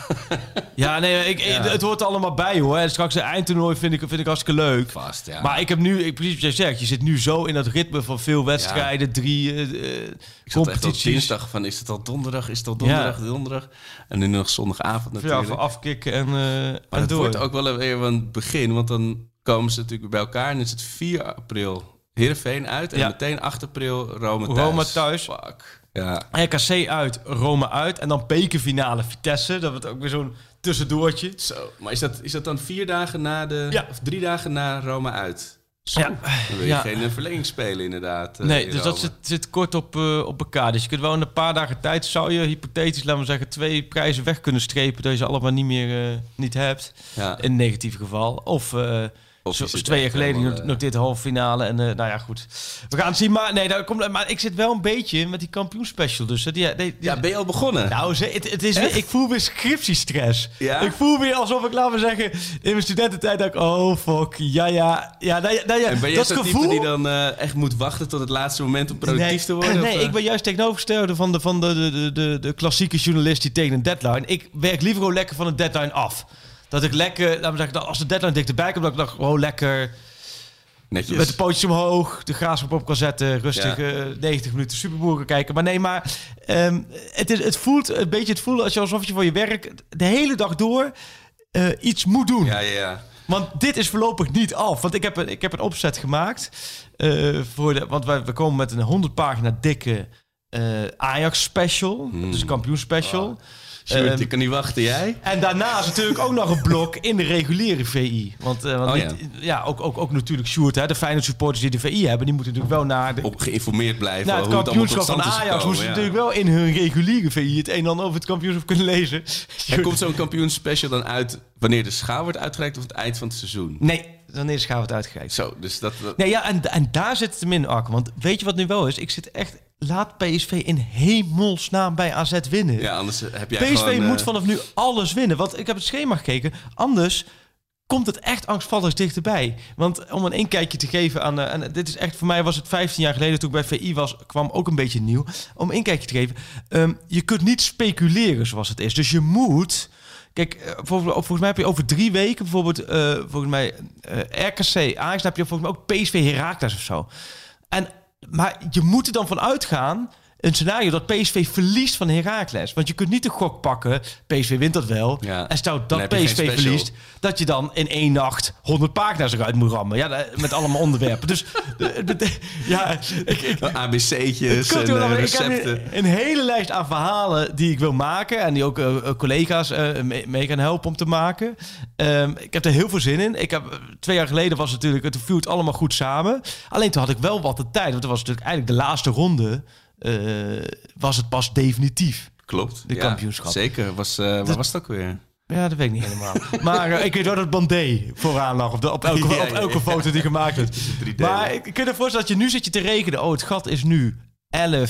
ja nee, ik, ja. het hoort er allemaal bij, hoor. En straks de eindtoernooi vind ik, vind ik hartstikke leuk. Vast, ja. Maar ik heb nu, ik, precies wat jij zegt, je zit nu zo in dat ritme van veel wedstrijden, ja. drie uh, ik zat echt op dinsdag van, is het al donderdag, is het al donderdag, ja. donderdag. En nu nog zondagavond natuurlijk. Ja, voor afkicken en, uh, maar en het door. wordt ook wel weer van het begin, want dan komen ze natuurlijk bij elkaar en is het vier april Heerenveen uit en ja. meteen acht april Rome thuis. Rome thuis. Fuck. Ja. R K C uit, Rome uit. En dan bekerfinale Vitesse. Dat wordt ook weer zo'n tussendoortje. Zo, maar is dat, is dat dan vier dagen na de... Ja. Of drie dagen na Rome uit? Zo, ja. Dan wil je ja. geen verlenging spelen inderdaad. Uh, nee, dus Rome. dat zit, zit kort op, uh, op elkaar. Dus je kunt wel in een paar dagen tijd... zou je hypothetisch, laten we zeggen... twee prijzen weg kunnen strepen... dat je ze allemaal niet meer uh, niet hebt. Ja. In een negatief geval. Of... Uh, Zo, twee jaar geleden uh, noteert de halve finale. En uh, nou ja, goed. We gaan het zien. Maar, nee, daar komt, maar ik zit wel een beetje met die kampioenspecial. Dus, die, die, die, ja, ben je al begonnen? Nou, het, het is weer, ik voel weer scriptiestress. Ja? Ik voel weer alsof ik, laten we zeggen... in mijn studententijd dacht ik... oh, fuck, ja, ja. ja, nou, ja, nou, ja en ben je dat zo'n gevoel... type die dan uh, echt moet wachten... tot het laatste moment om productief nee, te worden? Nee, of, ik ben juist tegenovergestelde van, de, van de, de, de, de, de klassieke journalist... die tegen een deadline... Ik werk liever gewoon lekker van een deadline af. Dat ik lekker... laten we zeggen, als de deadline dichterbij komt... dat ik dan gewoon lekker... netjes. Met de pootjes omhoog, de graafschap op kan zetten, rustig ja. uh, negentig minuten Superbowl kan kijken. Maar nee, maar um, het, is, het voelt een beetje het voelen als je alsof je voor je werk de hele dag door uh, iets moet doen. Ja, ja, ja. Want dit is voorlopig niet af. Want ik heb een, ik heb een opzet gemaakt. Uh, voor de, want wij, we komen met een honderd pagina dikke uh, Ajax special. Hmm. Dus een kampioenspecial. Oh. Sjoerd, um, ik kan niet wachten, jij? En daarnaast natuurlijk ook nog een blok in de reguliere V I. Want, uh, want oh, niet, ja. ja, ook, ook, ook natuurlijk Sjoerd, hè, de Feyenoord supporters die de V I hebben... die moeten natuurlijk wel naar de... Op geïnformeerd blijven. Naar het hoe kampioenschap het van Ajax moesten ja. natuurlijk wel in hun reguliere V I... het een en ander over het kampioenschap kunnen lezen. En komt zo'n kampioenspecial dan uit... wanneer de schaal wordt uitgereikt of het eind van het seizoen? Nee, wanneer de schaal wordt uitgereikt. Zo, dus dat... dat... Nee, ja, en, en daar zit het hem in, Ark. Want weet je wat nu wel is? Ik zit echt... Laat P S V in hemelsnaam bij A Z winnen. Ja, anders heb jij P S V gewoon, moet uh... vanaf nu alles winnen. Want ik heb het schema gekeken. Anders komt het echt angstvallig dichterbij. Want om een inkijkje te geven aan... Uh, en dit is echt, voor mij was het vijftien jaar geleden... toen ik bij V I was, kwam ook een beetje nieuw. Om een inkijkje te geven. Um, je kunt niet speculeren zoals het is. Dus je moet... Kijk, volgens mij heb je over drie weken bijvoorbeeld... Uh, volgens mij uh, R K C, Ajax... dan heb je volgens mij ook P S V Heracles of zo. En... Maar je moet er dan van uitgaan, een scenario dat P S V verliest van Heracles. Want je kunt niet de gok pakken, P S V wint dat wel. Ja. En stel dat P S V verliest, dat je dan in één nacht honderd pagina's eruit moet rammen. Ja, met allemaal onderwerpen. Dus de, de, de, ja, ik, ik, A B C'tjes en uh, recepten. Ik heb een, een hele lijst aan verhalen die ik wil maken. En die ook uh, collega's uh, mee, mee gaan helpen om te maken. Um, ik heb er heel veel zin in. Ik heb, twee jaar geleden was het natuurlijk, het viel het allemaal goed samen. Alleen toen had ik wel wat de tijd. Want het was natuurlijk eigenlijk de laatste ronde. Uh, was het pas definitief. Klopt. De ja, kampioenschap. Zeker. Was, uh, waar dat, was het ook weer? Ja, dat weet ik niet helemaal. Maar uh, ik weet wel dat Bandé vooraan lag op, de, op, elke, ja, op elke ja, ja. foto die gemaakt werd. Maar ik kan je ervoor stellen dat je nu zit je te rekenen. Oh, het gat is nu elf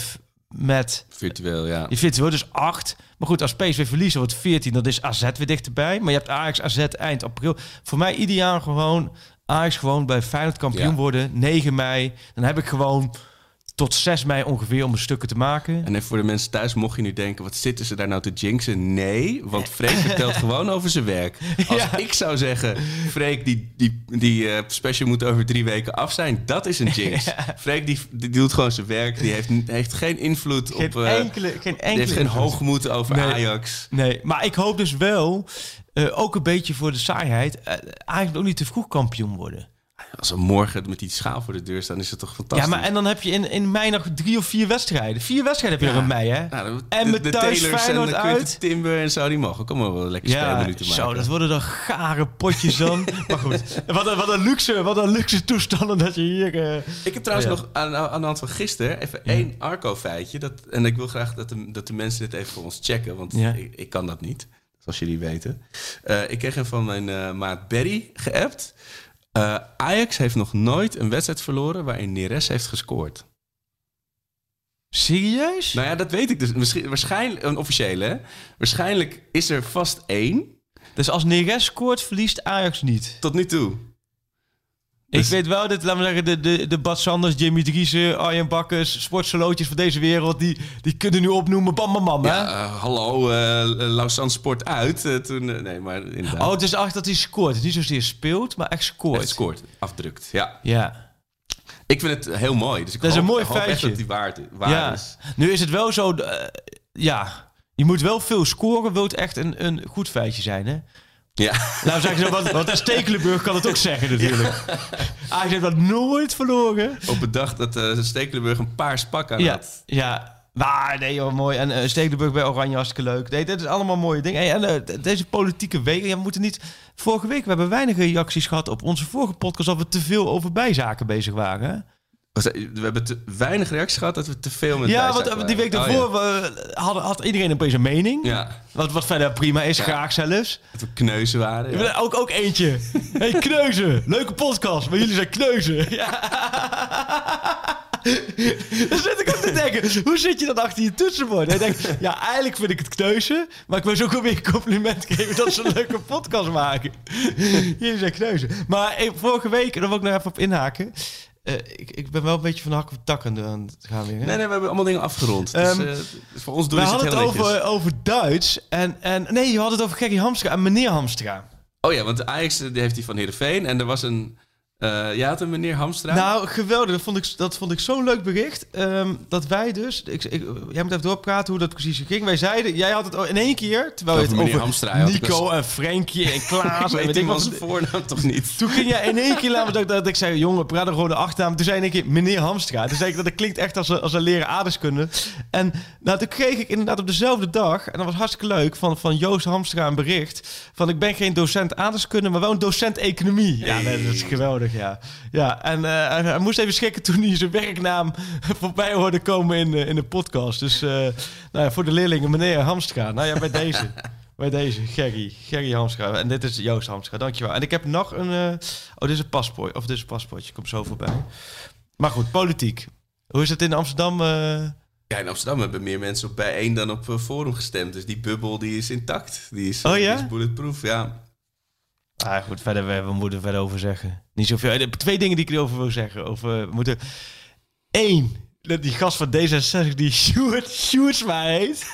met... Virtueel, ja. Je virtueel, dus acht. Maar goed, als P S V verliezen wordt veertien, dan is A Z weer dichterbij. Maar je hebt Ajax, A Z eind april. Voor mij ieder jaar gewoon Ajax gewoon bij Feyenoord kampioen Ja. worden. negen mei. Dan heb ik gewoon tot zes mei ongeveer om de stukken te maken. En even voor de mensen thuis, mocht je nu denken... wat zitten ze daar nou te jinxen? Nee, want Freek vertelt gewoon over zijn werk. Als Ja. ik zou zeggen... Freek, die, die, die uh, special moet over drie weken af zijn... dat is een jinx. Ja. Freek, die, die doet gewoon zijn werk. Die heeft, heeft geen invloed Geen op... Uh, enkele, geen enkele die heeft geen invloed. hoogmoed over Nee. Ajax. Nee, maar ik hoop dus wel, uh, ook een beetje voor de saaiheid... Uh, eigenlijk ook niet te vroeg kampioen worden. Als we morgen met die schaal voor de deur staan... is het toch fantastisch. Ja, maar en dan heb je in, in mei nog drie of vier wedstrijden. Vier wedstrijden heb je Ja. nog in mei, hè? Nou, de, En met de, de thuis Taylors Feyenoord en de uit. Timber en zo, die mogen ook allemaal wel lekker spelminuten maken. Zo, dat worden dan gare potjes dan. Maar goed, wat een, wat een luxe, wat een luxe toestanden dat je hier... Uh... Ik heb trouwens Oh, ja. nog aan, aan de hand van gisteren even Ja. één Arco-feitje. Dat, en ik wil graag dat de, dat de mensen dit even voor ons checken, want Ja. ik, ik kan dat niet, zoals jullie weten. Uh, ik kreeg hem van mijn uh, maat Barry geappt. Uh, Ajax heeft nog nooit een wedstrijd verloren waarin Neres heeft gescoord. Serieus? Nou ja, dat weet ik dus. Misschien, waarschijnlijk, een officiële, hè? Waarschijnlijk is er vast één. Dus als Neres scoort, verliest Ajax niet. Tot nu toe. Ik Dus- weet wel dat, laten we zeggen, de, de, de Bad Sanders, Jimmy Driessen, Arjen Bakkers, sportsolootjes van deze wereld, die, die kunnen nu opnoemen, bam, bam, bam, hè? Ja, uh, hallo, uh, Lausanne Sport uit. Uh, toen, uh, nee, maar inderdaad. Oh, het is echt dat hij scoort. Het is niet zozeer speelt, maar echt scoort. Het scoort, afdrukt, ja. Ja. Ik vind het heel mooi. Dus ik Dat is hoop, een mooi hoop echt feitje. dat die waard, waar ja. is. Nu is het wel zo, uh, ja, je moet wel veel scoren, wil het echt een, een goed feitje zijn, hè? Ja. Nou, zeg ik zo, want, want Stekelenburg kan het ook zeggen natuurlijk. Ja. Ajax heeft dat nooit verloren. Op een dag dat uh, Stekelenburg een paars pak aan Ja, had. ja. Maar nee, joh, mooi. En uh, Stekelenburg bij Oranje, hartstikke leuk. Nee, dit is allemaal mooie dingen. Hey, en uh, deze politieke week, ja, we moeten niet... Vorige week, we hebben weinig reacties gehad op onze vorige podcast... dat we te veel over bijzaken bezig waren, hè? We hebben te weinig reacties gehad dat we te veel met Ja, bijzaken want die week waren. daarvoor Oh, we hadden, had iedereen opeens een mening. ja. ja, Wat, wat verder prima is, Ja. graag zelfs. dat we kneuzen waren. Ja. Ook, ook eentje. Hey, kneuzen. Leuke podcast, maar jullie zijn kneuzen. Ja. Dan zit ik ook te denken, hoe zit je dan achter je toetsenbord? En ik denk, ja, eigenlijk vind ik het kneuzen, maar ik wil ze ook wel weer een compliment geven dat ze een leuke podcast maken. Jullie zijn kneuzen. Maar hey, vorige week, en daar wil ik nog even op inhaken. Uh, ik, ik ben wel een beetje van de hak op de tak aan het gaan weer. Hè? Nee, nee, we hebben allemaal dingen afgerond. Um, dus, uh, voor ons doen We is het hadden heel het netjes. over, over Duits. En, en nee, je had het over Gerry Hamstra en meneer Hamstra. Oh ja, want de Ajax die heeft die van Heerenveen. En er was een... Uh, jij had een meneer Hamstra. Nou, geweldig. Dat vond ik, dat vond ik zo'n leuk bericht. Um, dat wij dus... Ik, ik, jij moet even doorpraten hoe dat precies ging. Wij zeiden... Jij had het in één keer... Terwijl je Over het meneer over Hamstra had ik Nico dus- en Frenkie en Klaas... ik en weet die man wat- zijn voornaam toch niet? Toen ging jij in één keer laten dat, dat ik zei... Jongen, praat er gewoon de achternaam. Toen zei je in één keer meneer Hamstra. Toen zei ik dat het klinkt echt als een, als een leren aardrijkskunde. En nou, toen kreeg ik inderdaad op dezelfde dag... En dat was hartstikke leuk. Van, van Joost Hamstra een bericht. Van ik ben geen docent aardrijkskunde... Maar wel een docent economie. Ja, nee, dat is geweldig, ja. Ja, en uh, hij, hij moest even schrikken toen hij zijn werknaam voorbij hoorde komen in, uh, in de podcast. Dus uh, nou ja, voor de leerlingen, meneer Hamstra. Nou ja, bij deze. Bij deze, Gerry. Gerry Hamstra. En dit is Joost Hamstra, dankjewel. En ik heb nog een... Uh, oh, dit is een paspoort. Of dit is een paspoortje. Komt zo voorbij. Maar goed, politiek. Hoe is het in Amsterdam? Uh... Ja, in Amsterdam hebben meer mensen op bijeen dan op uh, Forum gestemd. Dus die bubbel die is intact. Die is, oh ja? die is bulletproof, ja. Ah, goed, verder, we, we moeten er verder over zeggen. Niet zoveel. Twee dingen die ik erover wil zeggen. Over, we moeten... Eén, die gast van D zesenzestig die Sjoerd Sjoerdsma heet.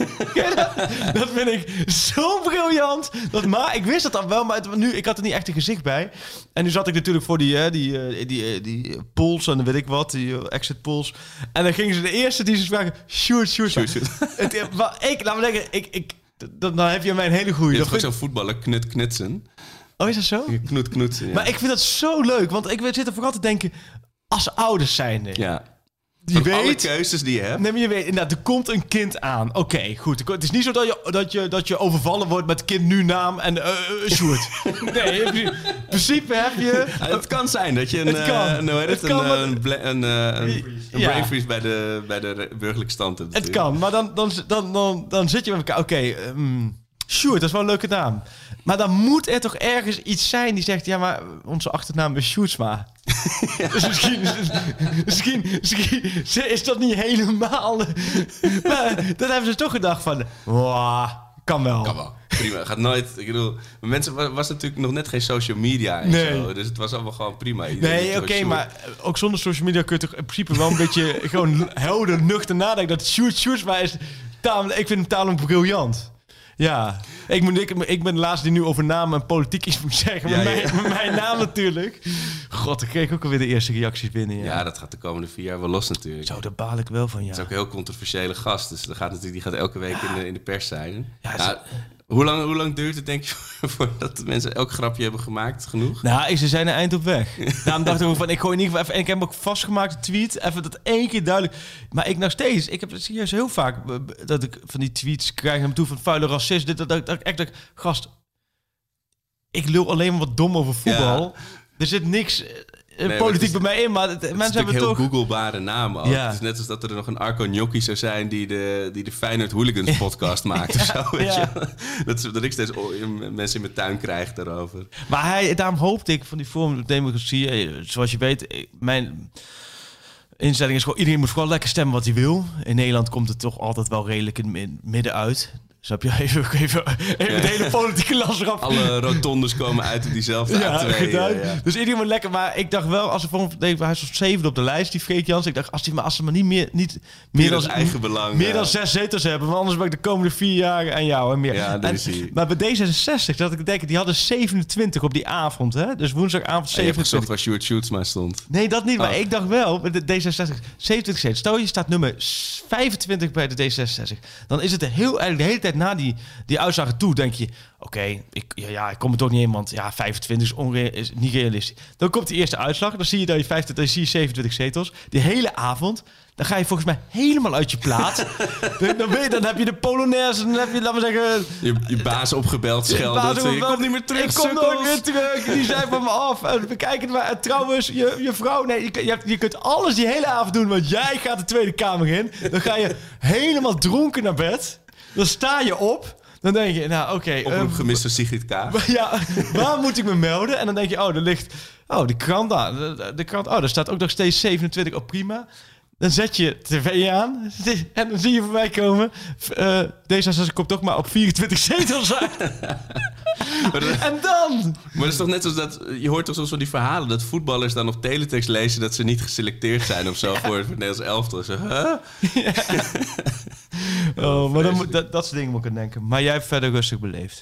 Dat vind ik zo briljant. Dat, maar ik wist dat dan wel, maar het, nu, ik had er niet echt een gezicht bij. En nu zat ik natuurlijk voor die, uh, die, uh, die, uh, die uh, polls en dan weet ik wat, die uh, exit polls. En dan gingen ze de eerste die ze spraken, Sjoerd Sjoerdsma. Het, uh, maar ik, laat me zeggen, ik, ik, dan, dan heb je mij een hele goeie. Je Dat hebt ook vind... zo'n voetballer, Knut Knutsen. Oh, is dat zo? Knut Knutsen, ja. Maar ik vind dat zo leuk, want ik zit er vooral te denken, als ouders zijnde. Ja. Je Van weet, alle keuzes die je hebt. nee, maar je weet, inderdaad, er komt een kind aan. Oké, okay, goed. Het is niet zo dat je, dat, je, dat je overvallen wordt met kind nu naam en uh, uh, Sjoerd. Nee, in principe heb je... Ja, het kan zijn dat je een, Het kan. uh, nou, Het een, kan, uh, maar- een, bla- een, uh, een, een Ja. brain freeze bij de, bij de burgerlijke stand hebt. Het natuurlijk. kan, maar dan, dan, dan, dan, dan zit je met elkaar. Oké, okay, um, Sjoerd, dat is wel een leuke naam. Maar dan moet er toch ergens iets zijn die zegt... ja, maar onze achternaam is Sjoerdsma. Ja. Dus misschien, misschien, misschien is dat niet helemaal... Maar dan hebben ze toch gedacht van... wow, kan wel. Kan wel. Prima. Gaat nooit... Ik bedoel, mensen was, was natuurlijk nog net geen social media en nee. zo. Dus het was allemaal gewoon prima. Iedereen nee, oké, okay, maar ook zonder social media kun je toch in principe wel een beetje... gewoon helder, nuchter nadenken. Dat Sjoerd Sjoerdsma is... Tamelijk, ik vind hem tamelijk briljant. Ja, ik, moet, ik, ik ben de laatste die nu over namen en politiek iets moet zeggen. Met, ja, mijn, ja. met mijn naam natuurlijk. God, ik kreeg ook alweer de eerste reacties binnen. Ja, ja dat gaat de komende vier jaar wel los natuurlijk. Zo, daar baal ik wel van, ja. Het is ook een heel controversiële gast. Dus dat gaat natuurlijk, die gaat elke week ja. in, de, in de pers zijn. Ja, ja, hoe, lang, hoe lang duurt het, denk je, voordat de mensen elk grapje hebben gemaakt? Genoeg? Nou, ze zijn er eind op weg. Daarom dacht ik ook van, ik gooi in ieder geval even... En ik heb hem ook vastgemaakt, de tweet. Even dat één keer duidelijk... Maar ik nog steeds... Ik heb het serieus heel vaak... dat ik van die tweets krijg hem toe van vuile racist. Dit, dat, dat, dat ik echt dacht... Gast, ik lul alleen maar wat dom over voetbal. Ja. Er zit niks... Nee, politiek bij mij in, maar het, het mensen hebben heel toch... googlebare namen ook. Ja. Het is net als dat er nog een Arco Gnocchi zou zijn... die de, die de Feyenoord Hooligans podcast maakt of zo. Weet ja. je? Dat, dat ik steeds mensen in mijn tuin krijg daarover. Maar hij, daarom hoopte ik van die vorm democratie... Zoals je weet, mijn instelling is gewoon... iedereen moet gewoon lekker stemmen wat hij wil. In Nederland komt het toch altijd wel redelijk in het midden uit... Snap je? Even, even, even ja. het hele politieke landschap. Alle rotondes komen uit op diezelfde ja, A twee. Ja, ja. Dus iedereen moet lekker. Maar ik dacht wel, als er voor hij is op zevende op de lijst, die Freek Jans. Ik dacht, als, die, maar als ze maar niet meer, niet meer dan eigen belang, meer ja. dan zes zetels hebben, want anders ben ik de komende vier jaar aan jou en meer. Ja, dat is en, maar bij D zesenzestig, dat ik denk, die hadden zevenentwintig op die avond, hè? Dus woensdagavond zevenentwintig. En je hebt gezocht waar Sjoerd Sjoerdsma stond. Nee, dat niet. Oh. Maar ik dacht wel, bij de D zesenzestig, zevenentwintig zetels. Stel je staat nummer vijfentwintig bij de D zesenzestig, dan is het er heel eigenlijk de hele tijd na die die uitslagen toe, denk je... Oké, okay, ik, ja, ja, ik kom er toch niet in, want ja, vijfentwintig is, onre- is niet realistisch. Dan komt de eerste uitslag, dan zie je dat je vijfentwintig, dan zie je zevenentwintig zetels. Die hele avond, dan ga je volgens mij helemaal uit je plaat. dan, dan, je, dan heb je de Polonaise, dan heb je, laten we zeggen... Je, je baas opgebeld, schelden. Ik kom niet meer terug, Ik kom nooit meer terug. Die zijn van me af. En we kijken maar. En trouwens, je, je vrouw... Nee, je, je, je kunt alles die hele avond doen, want jij gaat de Tweede Kamer in. Dan ga je helemaal dronken naar bed. Dan sta je op... Dan denk je, nou oké... Okay, Oproep um, gemist door Sigrid Kaag. Ja, waar moet ik me melden? En dan denk je, oh, er ligt... Oh, de krant daar. De, de krant, oh, daar staat ook nog steeds zevenentwintig op prima. Dan zet je tv aan. En dan zie je voorbij komen... Uh, D zesenzestig komt ook maar op vierentwintig zetels uit. dat, en dan... Maar dat is toch net zoals dat... Je hoort toch soms van die verhalen... dat voetballers dan op teletext lezen... dat ze niet geselecteerd zijn of zo... ja. voor het Nederlands elftal. Zo, huh? Ja. Oh, maar dan moet, dat, dat soort dingen moet ik aan denken. Maar jij hebt verder rustig beleefd?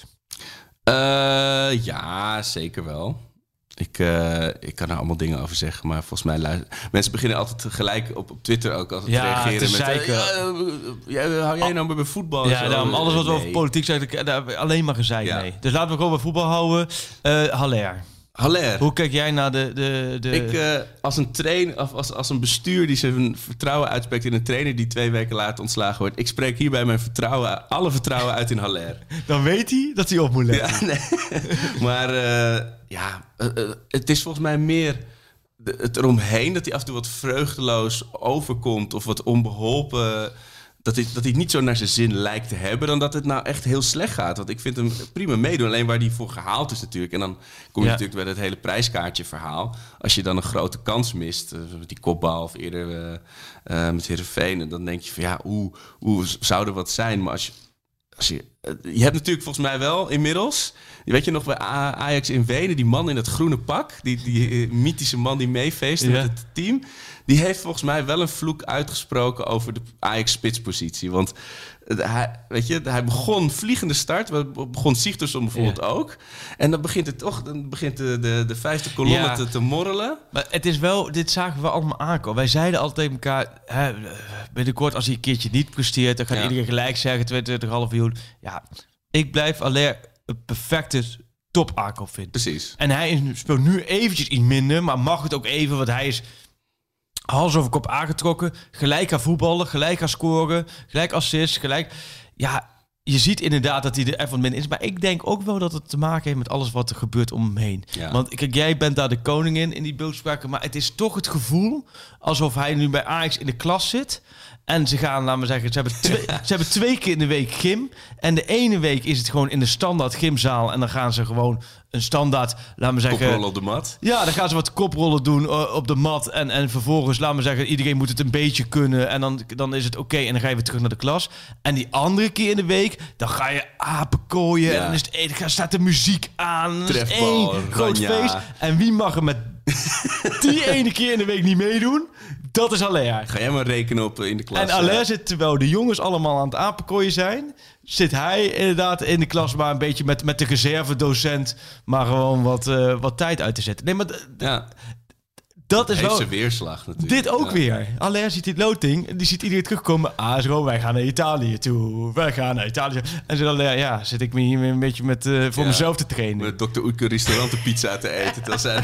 Uh, ja, zeker wel. Ik, uh, ik kan er allemaal dingen over zeggen, maar volgens mij... Luister... Mensen beginnen altijd gelijk op, op Twitter ook als het ja, reageren met... Uh, ja, uh, hou jij nou bij voetbal? Ja, daarom, alles wat we nee. over politiek zeggen, daar alleen maar gezeik ja. mee. Dus laten we gewoon bij voetbal houden. Uh, Haller. Haller. Hoe kijk jij naar de... de, de... Ik, uh, als een trainer, of als, als een bestuur die zijn vertrouwen uitspreekt in een trainer die twee weken later ontslagen wordt. Ik spreek hierbij mijn vertrouwen, alle vertrouwen uit in Haller. Dan weet hij dat hij op moet letten. Ja, nee. Maar uh, ja, uh, uh, het is volgens mij meer de, het eromheen dat hij af en toe wat vreugdeloos overkomt of wat onbeholpen... Dat hij, dat hij niet zo naar zijn zin lijkt te hebben... dan dat het nou echt heel slecht gaat. Want ik vind hem prima meedoen. Alleen waar hij voor gehaald is natuurlijk. En dan kom je ja. natuurlijk bij het hele prijskaartje verhaal. Als je dan een grote kans mist... Uh, met die kopbal of eerder uh, uh, met Heerenveen... dan denk je van ja, hoe, hoe zou er wat zijn? Maar als je... Als je, uh, je hebt natuurlijk volgens mij wel inmiddels... Weet je nog bij Ajax in Wenen... die man in het groene pak... die, die uh, mythische man die meefeestte ja. met het team... die heeft volgens mij wel een vloek uitgesproken... over de Ajax-spitspositie. Want uh, hij, weet je, hij begon vliegende start... begon Sigtorsson bijvoorbeeld ja. ook... en dan begint het toch... dan begint de, de, de vijfde kolonne ja. te, te morrelen. Maar het is wel... dit zagen we allemaal aankomen. Wij zeiden altijd tegen elkaar... Hè, binnenkort als hij een keertje niet presteert... dan gaat ja. iedereen gelijk zeggen... tweeëntwintig komma vijf miljoen. Ja, ik blijf alleen... een perfecte top aankoop vinden. Precies. En hij speelt nu eventjes iets minder, maar mag het ook even, want hij is hals over kop aangetrokken, gelijk aan voetballen, gelijk aan scoren, gelijk assist, gelijk... Ja, je ziet inderdaad dat hij er even min is, maar ik denk ook wel dat het te maken heeft met alles wat er gebeurt om hem heen. Ja. Want kijk, jij bent daar de koningin in die beeldspraken, maar het is toch het gevoel alsof hij nu bij Ajax in de klas zit En ze gaan, laten we zeggen, ze hebben, twee, ze hebben twee keer in de week gym. En de ene week is het gewoon in de standaard gymzaal. En dan gaan ze gewoon een standaard, laten we zeggen... Koprollen op de mat. Ja, dan gaan ze wat koprollen doen uh, op de mat. En, en vervolgens, laten we zeggen, iedereen moet het een beetje kunnen. En dan, dan is het oké. Okay, en dan ga je weer terug naar de klas. En die andere keer in de week, dan ga je apenkooien. Ja. En dan is het, dan staat de muziek aan. Dan Trefbal, is één groot ranja. feest. En wie mag er met die ene keer in de week niet meedoen? Dat is Allaire. Ga jij maar rekenen op in de klas. En Allaire zit, terwijl de jongens allemaal aan het apenkooien zijn... zit hij inderdaad in de klas maar een beetje met, met de reservedocent... maar gewoon wat, uh, wat tijd uit te zetten. Nee, maar d- ja. dat is heeft wel... zijn weerslag natuurlijk. Dit ook ja. weer. Allaire ziet die loting en die ziet iedereen terugkomen. Ah, zo, wij gaan naar Italië toe. Wij gaan naar Italië. En zo, ja, zit ik me hier een beetje met, uh, voor ja. mezelf te trainen. Met dokter Oetker restaurantenpizza te eten. Dat zijn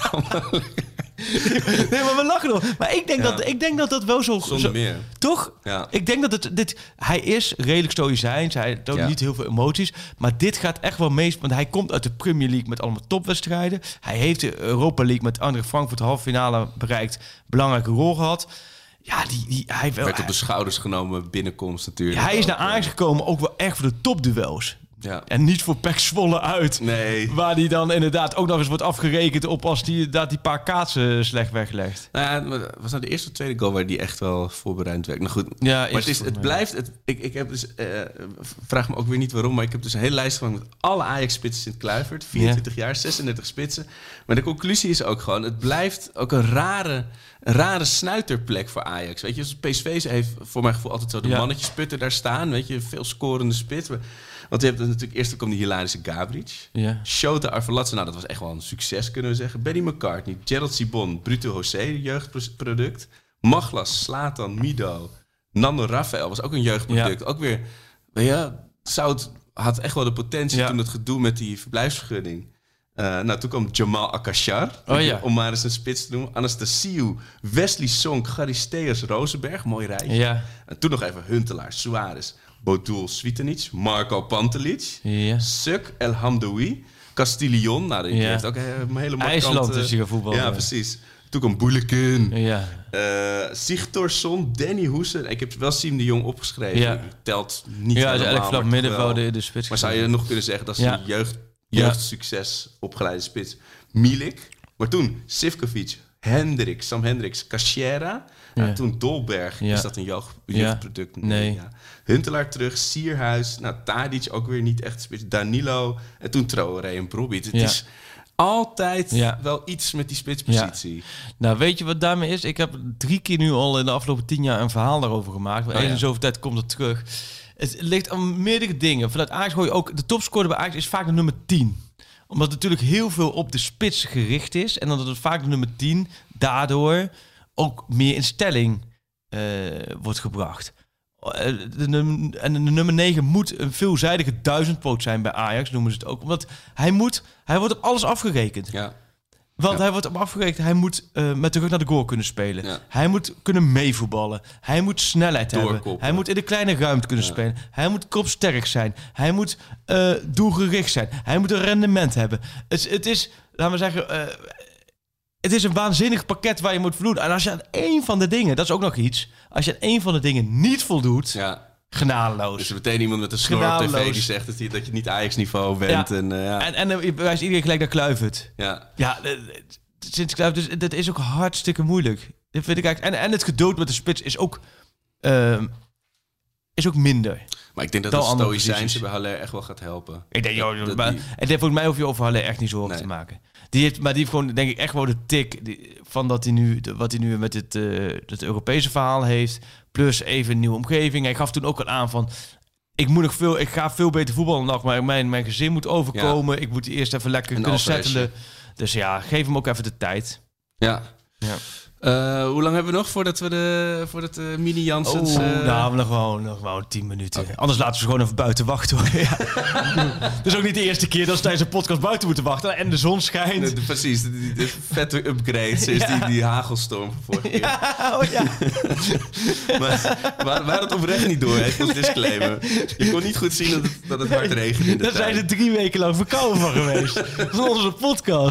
nee, maar we lachen nog. Maar ik denk, ja. dat, ik denk dat dat wel zo... Zonder zo, meer. Toch? Ja. Ik denk dat het... Dit, hij is redelijk stoïcijns. Hij toont ja. niet heel veel emoties. Maar dit gaat echt wel meest... Want hij komt uit de Premier League met allemaal topwedstrijden. Hij heeft de Europa League met Eintracht Frankfurt halve finale bereikt. Belangrijke rol gehad. Ja, die, die, hij wel, werd op de schouders genomen binnenkomst natuurlijk. Hij is ook, naar Ajax gekomen ook wel echt voor de topduels. Ja. En niet voor P E C Zwolle uit. Nee. Waar die dan inderdaad ook nog eens wordt afgerekend op als die dat die paar kaatsen slecht weglegt. Nou ja, was nou de eerste of tweede goal waar die echt wel voorbereid werkt. Nou goed, ja, maar het, is, het blijft... Het, ik, ik heb dus... Uh, vraag me ook weer niet waarom, maar ik heb dus een hele lijst gemaakt met alle Ajax-spitsen in Kluivert. vierentwintig ja. jaar, zesendertig spitsen. Maar de conclusie is ook gewoon... Het blijft ook een rare... Een rare snuiterplek voor Ajax. Weet je, dus P S V heeft voor mijn gevoel altijd zo de ja. mannetjesputter daar staan. Weet je, veel scorende spits. Want je hebt natuurlijk eerst kwam die hilarische Gabric. Ja. Shota Arveladze, nou dat was echt wel een succes kunnen we zeggen. Benny McCartney, Gerald Sibon, Bruto José, jeugdproduct. Maglas, Slatan, Mido, Nando Rafael was ook een jeugdproduct. Ja. Ook weer, weet je, Zout had echt wel de potentie ja. toen het gedoe met die verblijfsvergunning. Uh, nou, toen kwam Jamal Akashar, oh, ja. om maar eens een spits te doen. Anastasiou, Wesley Sonk, Charisteas Rozenberg, mooi rijtje. Ja. En toen nog even Huntelaar, Suarez, Bodul Svitanic, Marco Pantelic, ja. Suk El Hamdoui, Castillon. Nou, die ja. heeft ook een hele markante... IJsland is hier voetbal. Ja, precies. Toen kwam Boeleken. Ja. Uh, Sigtorsson, Danny Hoesen. Ik heb wel Siem de Jong opgeschreven. Ja. Telt niet ja, helemaal. Ja, eigenlijk vanaf middenveld de spits. Maar zou je nog kunnen zeggen dat ze ja. een jeugd, jeugdsucces opgeleide spits. Milik. Maar toen Sivkovic, Hendricks, Sam Hendricks, Cachera. Ja. Nou, toen Dolberg. Ja. Is dat een jeugd, jeugdproduct? Ja. Nee. Ja. Huntelaar terug, Sierhuis. Nou, Tadic ook weer niet echt spits. Danilo. En toen Traoré en Brobbey. Het ja. is altijd ja. wel iets met die spitspositie. Ja. Nou, weet je wat daarmee is? Ik heb drie keer nu al in de afgelopen tien jaar een verhaal daarover gemaakt. Maar oh, eens in ja. zoveel tijd komt het terug. Het ligt aan meerdere dingen. Vanuit Ajax hoor je ook... De topscorer bij Ajax is vaak de nummer tien. Omdat het natuurlijk heel veel op de spits gericht is. En dat het vaak de nummer tien daardoor ook meer in stelling uh, wordt gebracht. De, de, en de nummer negen moet een veelzijdige duizendpoot zijn bij Ajax, noemen ze het ook. Omdat hij moet, hij wordt op alles afgerekend. Ja. Want ja. hij wordt op afgerekend. Hij moet uh, met de rug naar de goal kunnen spelen. Ja. Hij moet kunnen meevoetballen. Hij moet snelheid Doorkoppen. hebben. Hij moet in de kleine ruimte kunnen ja. spelen. Hij moet kopsterk zijn. Hij moet uh, doelgericht zijn. Hij moet een rendement hebben. Het, het is, laten we zeggen... Uh, Het is een waanzinnig pakket waar je moet voldoen. En als je aan één van de dingen, dat is ook nog iets... als je aan één van de dingen niet voldoet, ja. genadeloos. Dus er meteen iemand met een snor op tv die zegt dat je, dat je niet Ajax-niveau bent. Ja. En, uh, ja. en, en dan wijst iedereen gelijk naar Kluivert. Ja. Ja, sinds Kluivert, dus dat is ook hartstikke moeilijk. Dat vind ik eigenlijk. En, en het geduld met de spits is ook, uh, is ook minder. Maar ik denk dat het stoïcijnse bij Haller echt wel gaat helpen. Ik denk, joh, dat maar, die... en volgens mij hoef je over Haller echt niet zorgen nee. te maken. Die heeft, maar die heeft gewoon, denk ik, echt wel de tik die, van dat hij nu, wat hij nu met het, uh, het Europese verhaal heeft. Plus even een nieuwe omgeving. Hij gaf toen ook al aan van, ik moet nog veel, ik ga veel beter voetballen nog, maar mijn, mijn gezin moet overkomen. Ja. Ik moet eerst even lekker een kunnen settelen. Dus ja, geef hem ook even de tijd. Ja. Ja. Uh, hoe lang hebben we nog voordat we de voordat de mini Janssens... Oh, uh... nou, nog gewoon, nog gewoon tien minuten. Okay. Anders laten we ze gewoon even buiten wachten, hoor. Ja. Het is ook niet de eerste keer dat ze tijdens een podcast buiten moeten wachten en de zon schijnt. De, de, precies, de, de, de vette upgrades is ja. die, die hagelstorm van vorige keer. Ja, oh ja. maar waar, waar het oprecht niet door heeft, als disclaimer. Je kon niet goed zien dat het, dat het hard regende. Daar zijn er drie weken lang verkouden van geweest. Van onze podcast.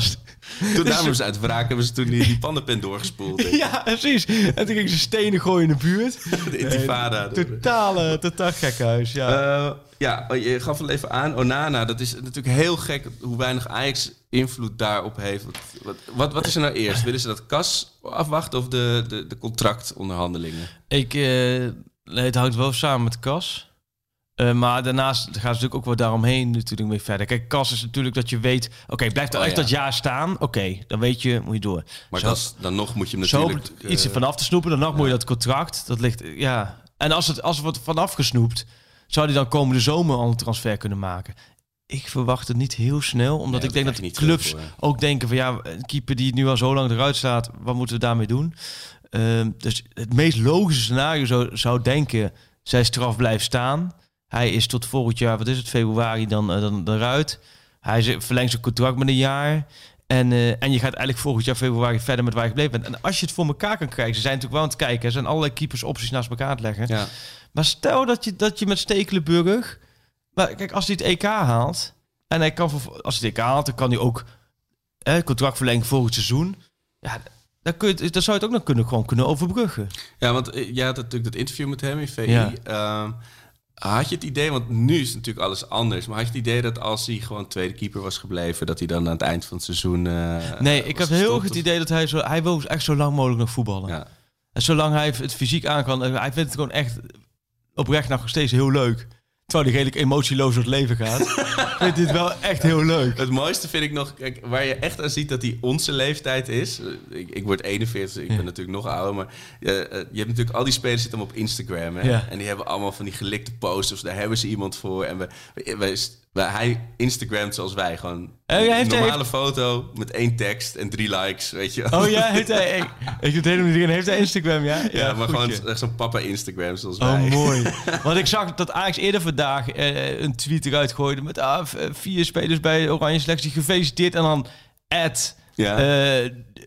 Toen namen ze uit wraak, hebben ze toen die, die pannenpen doorgespoeld. Ja, precies. En toen gingen ze stenen gooien in de buurt. De intifada. Nee, totale, totaal gekhuis, ja. Uh, ja, je gaf al even aan, Onana. Dat is natuurlijk heel gek hoe weinig Ajax invloed daarop heeft. Wat, wat, wat is er nou eerst? Willen ze dat Cas afwachten of de, de, de contractonderhandelingen? Ik, uh, nee, het houdt wel samen met Cas. Uh, maar daarnaast gaan ze natuurlijk ook wel daaromheen natuurlijk mee verder. Kijk, Cas is natuurlijk dat je weet... Oké, okay, blijft er oh, echt ja. dat jaar staan. Oké, okay, dan weet je, moet je door. Maar zo, das, dan nog moet je hem natuurlijk... Zo iets er vanaf te snoepen, dan nog ja. moet je dat contract. Dat ligt, ja. En als het, als het wordt vanaf gesnoept... zou hij dan komende zomer al een transfer kunnen maken. Ik verwacht het niet heel snel. Omdat ja, ik denk dat de clubs voor, ook denken van... ja, een keeper die nu al zo lang eruit staat... wat moeten we daarmee doen? Uh, dus het meest logische scenario zou, zou denken... zij straf blijft staan... Hij is tot volgend jaar, wat is het, februari dan, uh, dan eruit. Hij verlengt zijn contract met een jaar. En, uh, en je gaat eigenlijk volgend jaar februari verder met waar je gebleven bent. En als je het voor elkaar kan krijgen... Ze zijn natuurlijk wel aan het kijken. Er zijn allerlei keepers opties naast elkaar aan het leggen. Ja. Maar stel dat je, dat je met Stekelenburg... Maar kijk, als hij het E K haalt... En hij kan, als hij het E K haalt, dan kan hij ook... Eh, contract verlengen volgend seizoen. Ja, dan, kun je, dan zou je het ook nog kunnen, gewoon kunnen overbruggen. Ja, want uh, jij had natuurlijk dat interview met hem in V I. Ja. Uh, Had je het idee, want nu is natuurlijk alles anders... maar had je het idee dat als hij gewoon tweede keeper was gebleven... dat hij dan aan het eind van het seizoen... Uh, nee, ik heb heel goed het idee dat hij zo... hij wil echt zo lang mogelijk nog voetballen. Ja. En zolang hij het fysiek aan kan... hij vindt het gewoon echt oprecht nog steeds heel leuk... terwijl hij redelijk emotieloos door het leven gaat... vind je het wel echt heel leuk. Het mooiste vind ik nog... Kijk, waar je echt aan ziet dat hij onze leeftijd is... Ik, ik word eenenveertig, ik ben ja. natuurlijk nog ouder... maar uh, uh, je hebt natuurlijk al die spelers zitten op Instagram... Hè? Ja. En die hebben allemaal van die gelikte posters... daar hebben ze iemand voor... en we, we, we, we, hij Instagramt zoals wij. Gewoon een uh, normale hij... foto met één tekst en drie likes, weet je. Oh ja, heeft hij... Ik, ik het helemaal niet. Heeft hij Instagram, ja? Ja, ja maar goedje. Gewoon echt zo'n papa Instagram zoals oh, wij. Oh, mooi. Want ik zag dat Ajax eerder vandaag uh, een tweet eruit gooide... met ah, vier spelers bij Oranje Selectie gefeliciteerd... en dan ad... Ja. Uh,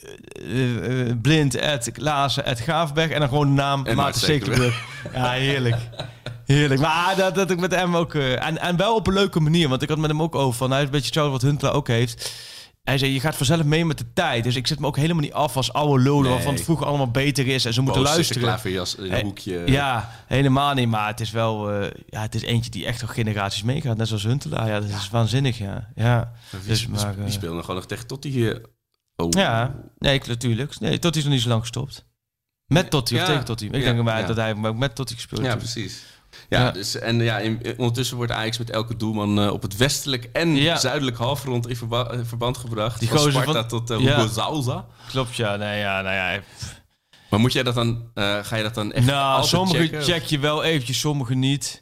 uh, uh, blind, Ed Klaassen, Ed Graafberg... en dan gewoon de naam Maarten Stekelenburg. Ja, heerlijk. Heerlijk. Maar dat, dat ik met hem ook... Uh, en, en wel op een leuke manier. Want ik had met hem ook over van... hij is een beetje hetzelfde wat Huntelaar ook heeft. Hij zei, je gaat vanzelf mee met de tijd. Dus ik zet me ook helemaal niet af als oude lul... Nee. waarvan het vroeger allemaal beter is. En ze moeten luisteren. Klaverjas in een hoekje. Ja, helemaal niet. Maar het is wel... Uh, ja, het is eentje die echt nog generaties meegaat. Net zoals Huntelaar. Ja, dat is waanzinnig, ja. ja. Wie, dus, maar, uh, die speelde gewoon nog tegen Totti hier... Oh. Ja, nee, natuurlijk. Nee, Totti is nog niet zo lang gestopt. Met Totti of ja. tegen Totti. Ik ja, denk maar ja. dat hij ook met Totti gespeeld heeft. Ja, precies. Ja, ja. Dus, en ja, in, ondertussen wordt Ajax met elke doelman uh, op het westelijk en ja. zuidelijk halfrond in verba- uh, verband gebracht. Die van Sparta van, tot uh, Hugo ja. Salza. Klopt, ja. Nee, ja, nou ja. Maar moet jij dat dan, uh, ga je dat dan echt nou, altijd sommige checken? check je wel eventjes, sommige niet.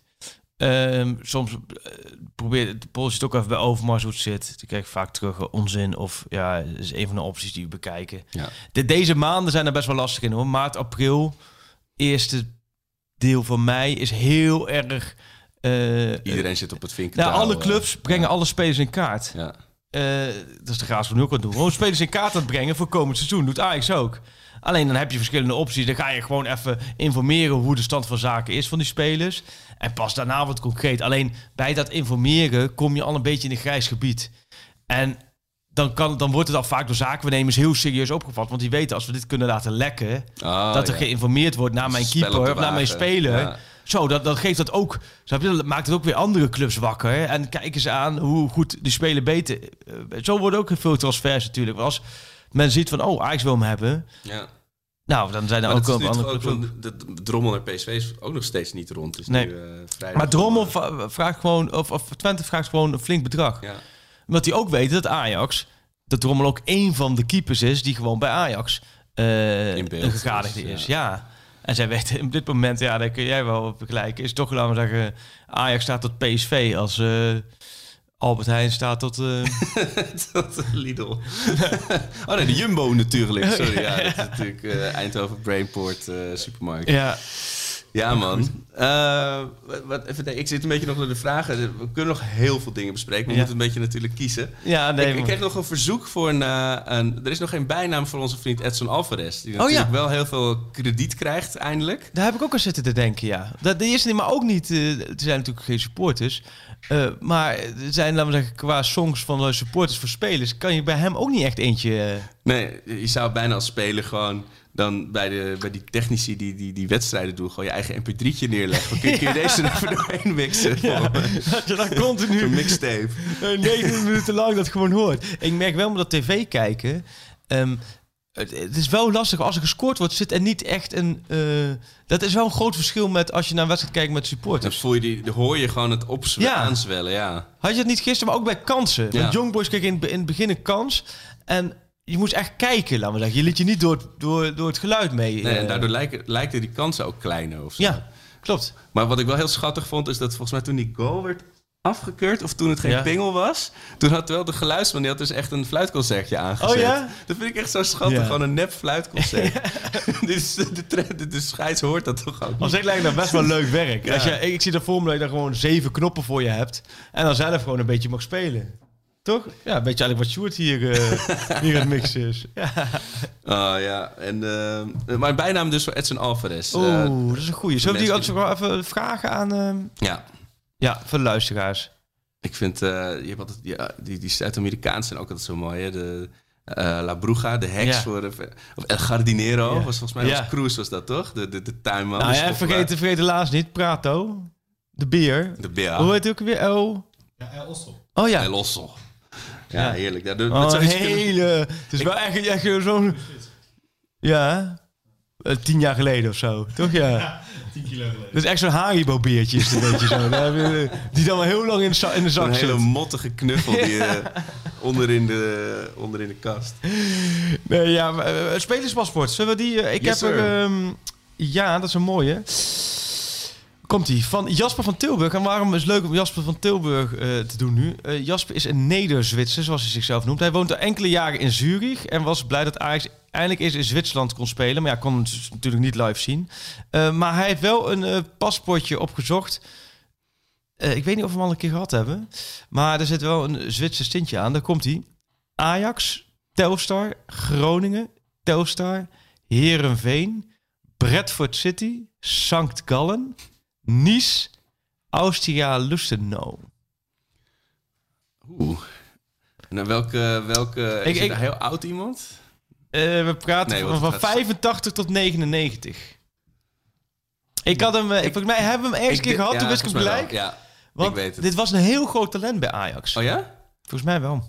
Um, soms uh, probeer de pols het ook even bij Overmars hoe het zit. Die kijk vaak terug uh, onzin of ja, dat is een van de opties die we bekijken. Ja. De, deze maanden zijn er best wel lastig in hoor. Maart, april, eerste deel van mei is heel erg. Uh, Iedereen uh, zit op het vinken. Nou, alle clubs uh, brengen ja. alle spelers in kaart. Ja. Uh, dat is de Graafschap van nu ook aan doen. Gewoon spelers in kaart aan het brengen voor komend seizoen. Doet Ajax ook. Alleen dan heb je verschillende opties. Dan ga je gewoon even informeren hoe de stand van zaken is van die spelers. En pas daarna wat concreet. Alleen bij dat informeren kom je al een beetje in een grijs gebied. En dan, kan, dan wordt het al vaak door zakenwaarnemers heel serieus opgevat. Want die weten als we dit kunnen laten lekken... Oh, dat er ja. geïnformeerd wordt naar mijn keeper of naar mijn speler... Ja. Zo, dat, dat geeft dat ook... Dat maakt het ook weer andere clubs wakker. En kijken ze aan hoe goed die speler beter... Zo worden ook veel transfers natuurlijk. Als men ziet van, oh, Ajax wil hem hebben... Ja. Nou, dan zijn er maar ook wel andere clubs. Ook, de Drommel naar P S V is ook nog steeds niet rond. Is nee. nu, uh, vrijdag maar Drommel uh, vraagt gewoon... Of, of Twente vraagt gewoon een flink bedrag. Ja. Omdat die ook weten dat Ajax... Dat Drommel ook één van de keepers is... die gewoon bij Ajax uh, een gegadigde is. is. Ja. ja. En zij weten op dit moment... Ja, daar kun jij wel vergelijken. Is toch, laten we zeggen... Ajax staat tot P S V als... Uh, Albert Heijn staat tot... Uh... tot Lidl. Oh nee, de Jumbo natuurlijk. Sorry, ja, dat is natuurlijk uh, Eindhoven Brainport uh, supermarkt. Ja. Ja, man. Uh, wat, even, ik zit een beetje nog door de vragen. We kunnen nog heel veel dingen bespreken. We ja. moeten een beetje natuurlijk kiezen. Ja, nee, ik, ik kreeg nog een verzoek voor een, uh, een... Er is nog geen bijnaam voor onze vriend Edson Alvarez. Die natuurlijk oh, ja. wel heel veel krediet krijgt, eindelijk. Daar heb ik ook aan zitten te denken, ja. Dat, de eerste, maar ook niet... Uh, er zijn natuurlijk geen supporters. Uh, maar er zijn, laten we zeggen, qua songs van uh, supporters voor spelers... kan je bij hem ook niet echt eentje... Uh... Nee, je zou bijna als speler gewoon... dan bij, de, bij die technici die, die die wedstrijden doen... gewoon je eigen M P drie'tje neerleggen. Kun je, kun je deze er even doorheen mixen? Ja, dat je dan continu... Zo'n mixtape. negen minuten lang dat gewoon hoort. Ik merk wel met dat tv kijken... Um, het, het is wel lastig als er gescoord wordt... zit er niet echt een... Uh, dat is wel een groot verschil met als je naar een wedstrijd kijkt met supporters. Dan, voel je die, dan hoor je gewoon het opzwellen, ja. aanzwellen, ja. Had je het niet gisteren, maar ook bij kansen. Ja. Want Young Boys kreeg in, in het begin een kans... en je moest echt kijken, laten we zeggen. Je liet je niet door, door, door het geluid mee. Nee, en daardoor lijken, lijken die kansen ook kleiner of zo. Ja, klopt. Maar wat ik wel heel schattig vond... is dat volgens mij toen die goal werd afgekeurd... of toen het geen ja. pingel was... toen had wel de geluidsman... die had dus echt een fluitconcertje aangezet. Oh ja? Dat vind ik echt zo schattig. Ja. Gewoon een nep fluitconcert. Ja. dus de, de, de scheids hoort dat toch ook. Als ik lijkt dat best wel leuk werk. Ja. Als je, ik zie de vorm dat je dan gewoon zeven knoppen voor je hebt... en dan zelf gewoon een beetje mag spelen. Toch? Ja, een beetje eigenlijk wat Sjoerd hier, uh, hier aan het mixen is. Ja. Oh ja, en, uh, maar bijnaam dus voor Edson Alvarez. Oeh, uh, dat is een goeie. Zullen we die ook wel even vragen aan... Uh... Ja. Ja, voor de luisteraars. Ik vind, uh, je hebt altijd, ja, die, die Zuid-Amerikaanse zijn ook altijd zo mooi, hè? De uh, La Bruja, de heks ja. voor... De, of El Jardinero, ja. was volgens mij... Ja. Was Cruz was dat, toch? De, de, de tuinman. Nou ja, vergeet, vergeet helaas niet. Prato. De beer. De beer. Hoe heet hij ook weer? El... Ja, El Osso. Oh ja. El Osso. Ja, ja, heerlijk. Ja, dat oh, zou hele... Kunnen... Het is ik... wel echt, echt zo'n... Ja, uh, tien jaar geleden of zo. Toch, ja? Ja, tien kilo geleden. Dat is echt zo'n Haribo-beertje, is het een beetje zo. Je, die dan wel heel lang in de, in de zak zit. Een hele mottige knuffel die uh, onder, in de, onder in de kast. Nee, ja, uh, spelerspaspoort. Zullen we die... Uh, ik yes, heb er... Um, ja, dat is een mooie. Komt-ie. Van Jasper van Tilburg. En waarom is het leuk om Jasper van Tilburg uh, te doen nu? Uh, Jasper is een Neder-Zwitser, zoals hij zichzelf noemt. Hij woont al enkele jaren in Zurich en was blij dat Ajax eindelijk eens in Zwitserland kon spelen. Maar ja, kon hem dus natuurlijk niet live zien. Uh, maar hij heeft wel een uh, paspoortje opgezocht. Uh, ik weet niet of we hem al een keer gehad hebben. Maar er zit wel een Zwitser stintje aan. Daar komt hij. Ajax, Telstar, Groningen, Telstar, Heerenveen, Bradford City, Sankt Gallen, Nice, Austria Lustenau. Oeh. En welke... welke ik, is ik, het heel oud iemand? Uh, we praten nee, van, van vijfentachtig tot negenennegentig. Ik had hem... Ik, volgens mij hebben we hem ergens een keer gehad, ja, toen wist ik hem gelijk. Wel, ja, want ik weet het. Dit was een heel groot talent bij Ajax. Oh ja? Volgens mij wel.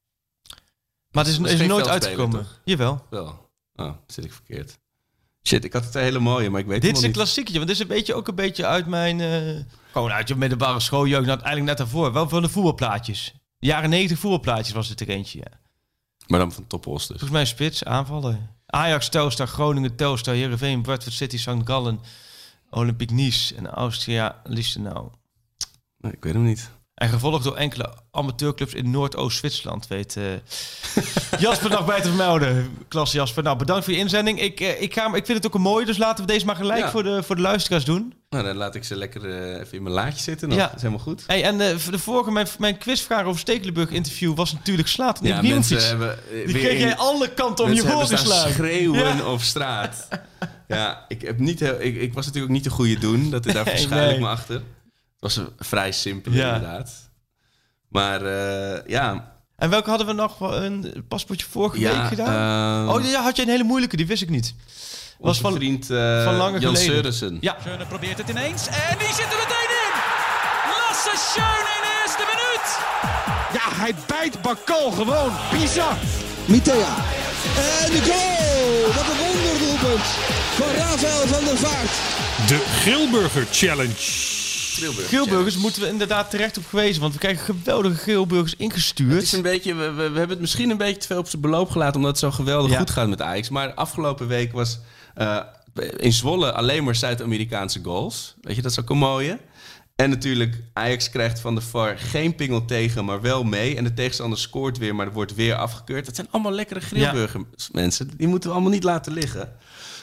Maar het is, is, is nooit uitgekomen. Toch? Jawel. Wel. Oh, zit ik verkeerd. Shit, ik had het een hele mooie, maar ik weet het niet. Dit is een klassiekje, want dit is een beetje, ook een beetje uit mijn... Uh, gewoon uit je middelbare schooljeugd, nou, eigenlijk net daarvoor. Wel van de voetbalplaatjes. Jaren negentig voetbalplaatjes was het er eentje, ja. Maar dan van Topos dus. Volgens mij spits, aanvallen. Ajax, Telstar, Groningen, Telstar, Heerenveen, Bradford City, Sankt Gallen, Olympique Nice en Austria Lustenau. Nee, ik weet hem niet. En gevolgd door enkele amateurclubs in Noordoost-Zwitserland, weet uh, Jasper nog bij te vermelden. Klasse Jasper. Nou, bedankt voor je inzending. Ik, uh, ik, ga, ik vind het ook een mooie, dus laten we deze maar gelijk ja. voor, de, voor de luisteraars doen. Nou, dan laat ik ze lekker uh, even in mijn laadje zitten. Nog. Ja. Dat is helemaal goed. Hey, en uh, de vorige, mijn, mijn quizvraag over Stekelenburg-interview was natuurlijk slaat in ja, de nieuwfiets. Hebben, uh, Die kreeg jij alle kanten om je horen geslagen. Schreeuwen ja. op straat. Ja, ik, heb niet heel, ik, ik was natuurlijk ook niet de goede doen. Dat daar nee, verschuil ik nee. me achter. Het was een, vrij simpel ja. inderdaad. Maar uh, ja... En welke hadden we nog? Een paspoortje vorige ja, week gedaan? Uh, oh ja, had je een hele moeilijke, die wist ik niet. Was van vriend uh, van lange Jan Seurissen. Ja. Schöne probeert het ineens en die zit er meteen in! Lasse Schöne in de eerste minuut! Ja, hij bijt Bakal gewoon. Bizar! Mitea. En de goal! Wat een wonderdoelpunt van Rafael van der Vaart. De Grilburger Challenge. Geelburgers moeten we inderdaad terecht op gewezen, want we krijgen geweldige geelburgers ingestuurd. Het is een beetje, we, we, we hebben het misschien een beetje te veel op zijn beloop gelaten, omdat het zo geweldig ja. goed gaat met Ajax. Maar afgelopen week was uh, in Zwolle alleen maar Zuid-Amerikaanse goals. Weet je, dat is ook een mooie. En natuurlijk, Ajax krijgt van de V A R geen pingel tegen, maar wel mee. En de tegenstander scoort weer, maar er wordt weer afgekeurd. Dat zijn allemaal lekkere grillburgers, ja. mensen. Die moeten we allemaal niet laten liggen.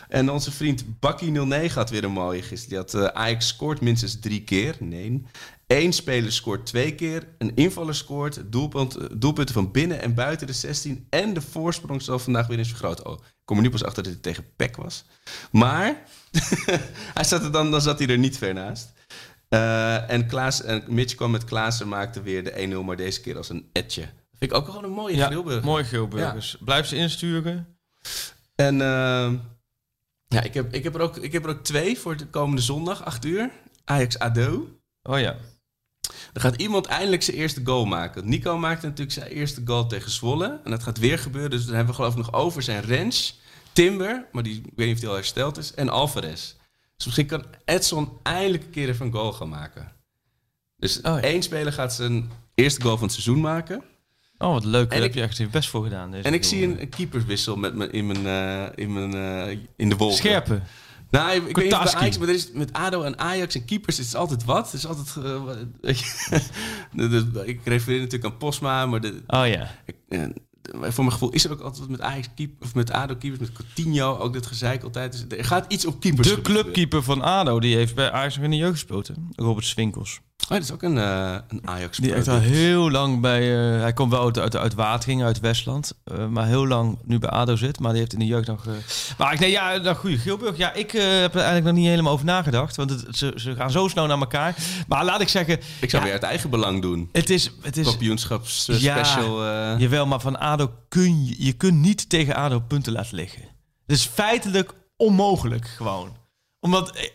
En onze vriend Bakkie nul negen had weer een mooie gisteren. Die had uh, Ajax scoort minstens drie keer. Nee. Eén speler scoort twee keer. Een invaller scoort. Doelpunt, doelpunten van binnen en buiten de zestien. En de voorsprong zal vandaag weer eens vergroten. Oh, ik kom er nu pas achter dat hij tegen P E C was. Maar hij zat er dan, dan zat hij er niet ver naast. Uh, en, Klaas, en Mitch kwam met Klaassen, maakte weer de één nul, maar deze keer als een etje. Vind ik ook gewoon een mooie ja, Grilburger. Mooie Grilburgers. Ja. Blijf ze insturen. En uh, ja, ik heb, ik, heb er ook, ik heb er ook twee voor de komende zondag, acht uur. Ajax A D O. Oh ja. Dan gaat iemand eindelijk zijn eerste goal maken. Nico maakte natuurlijk zijn eerste goal tegen Zwolle. En dat gaat weer gebeuren. Dus dan hebben we geloof ik nog over zijn Rens, Timber, maar die, ik weet niet of die al hersteld is, en Alvarez. Dus misschien kan Edson eindelijk een keer even een goal gaan maken. Dus oh, ja. één speler gaat zijn eerste goal van het seizoen maken. Oh, wat leuk. Daar heb je echt even best voor gedaan. Deze en ik goal. zie een, een keeperswissel met me, in, mijn, uh, in, mijn, uh, in de wolken. Scherpe. Nou, ik, ik weet niet of bij Ajax, maar er is, met A D O en Ajax en keepers is het altijd wat. Het is altijd... Uh, ik refereer natuurlijk aan Posma, maar... De, oh ja. Ik, uh, voor mijn gevoel is er ook altijd wat met Ajax keep, of met A D O keepers, met Coutinho, ook dit gezeik altijd. Dus er gaat iets op keepers. De clubkeeper van A D O, die heeft bij Ajax nog in de jeugd gespeeld, hè? Robert Swinkels. Oh, dat is ook een, uh, een Ajax. Die heeft al heel lang bij... Uh, hij komt wel uit, uit, uit Wateringen, uit Westland. Uh, maar heel lang nu bij A D O zit. Maar die heeft in de jeugd nog... Uh... Maar ik nee, ja, nou, goeie Gilburg. Ja, ik uh, heb er eigenlijk nog niet helemaal over nagedacht. Want het, ze, ze gaan zo snel naar elkaar. Maar laat ik zeggen... Ik zou ja, weer uit eigen belang doen. Het is... Het is kampioenschaps uh, ja, special. Uh... Jawel, maar van A D O kun je... Je kunt niet tegen A D O punten laten liggen. Het is feitelijk onmogelijk gewoon. Omdat...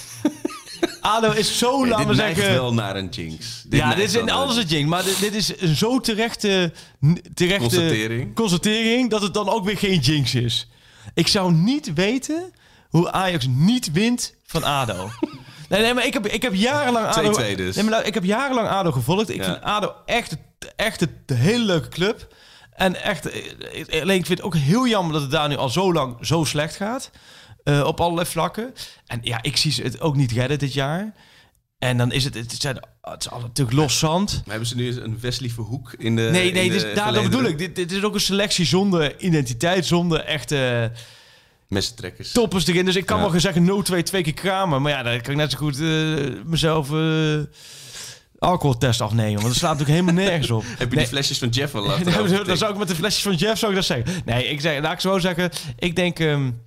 A D O is zo, nee, laten we zeggen... Dit wel naar een jinx. Dit ja, dit is een alles een jinx. Maar dit, dit is een zo terechte, terechte constatering. constatering... dat het dan ook weer geen jinx is. Ik zou niet weten hoe Ajax niet wint van A D O. nee, nee, maar ik heb, ik heb jarenlang A D O... twee twee dus. Nee, maar ik heb jarenlang A D O gevolgd. Ik ja. vind A D O echt, echt een hele leuke club. En echt... Alleen ik vind het ook heel jammer dat het daar nu al zo lang zo slecht gaat... Uh, op allerlei vlakken. En ja, ik zie ze het ook niet redden dit jaar. En dan is het... Het, zijn, het is al natuurlijk los zand. Maar hebben ze nu een Wesley Verhoek in de... Nee, nee, in dus, de daar dat bedoel ik. Dit, dit is ook een selectie zonder identiteit, zonder echte... Messentrekkers. Toppers erin. Dus ik kan ja. wel gaan zeggen no twee, twee keer Kramer. Maar ja, dan kan ik net zo goed uh, mezelf... Uh, alcoholtest afnemen, want dat slaat natuurlijk helemaal nergens op. Heb je nee. die flesjes van Jeff al laten? Dan zou ik met de flesjes van Jeff zou ik dat zeggen. Nee, ik zeg, laat ik zo zeggen. Ik denk... Um,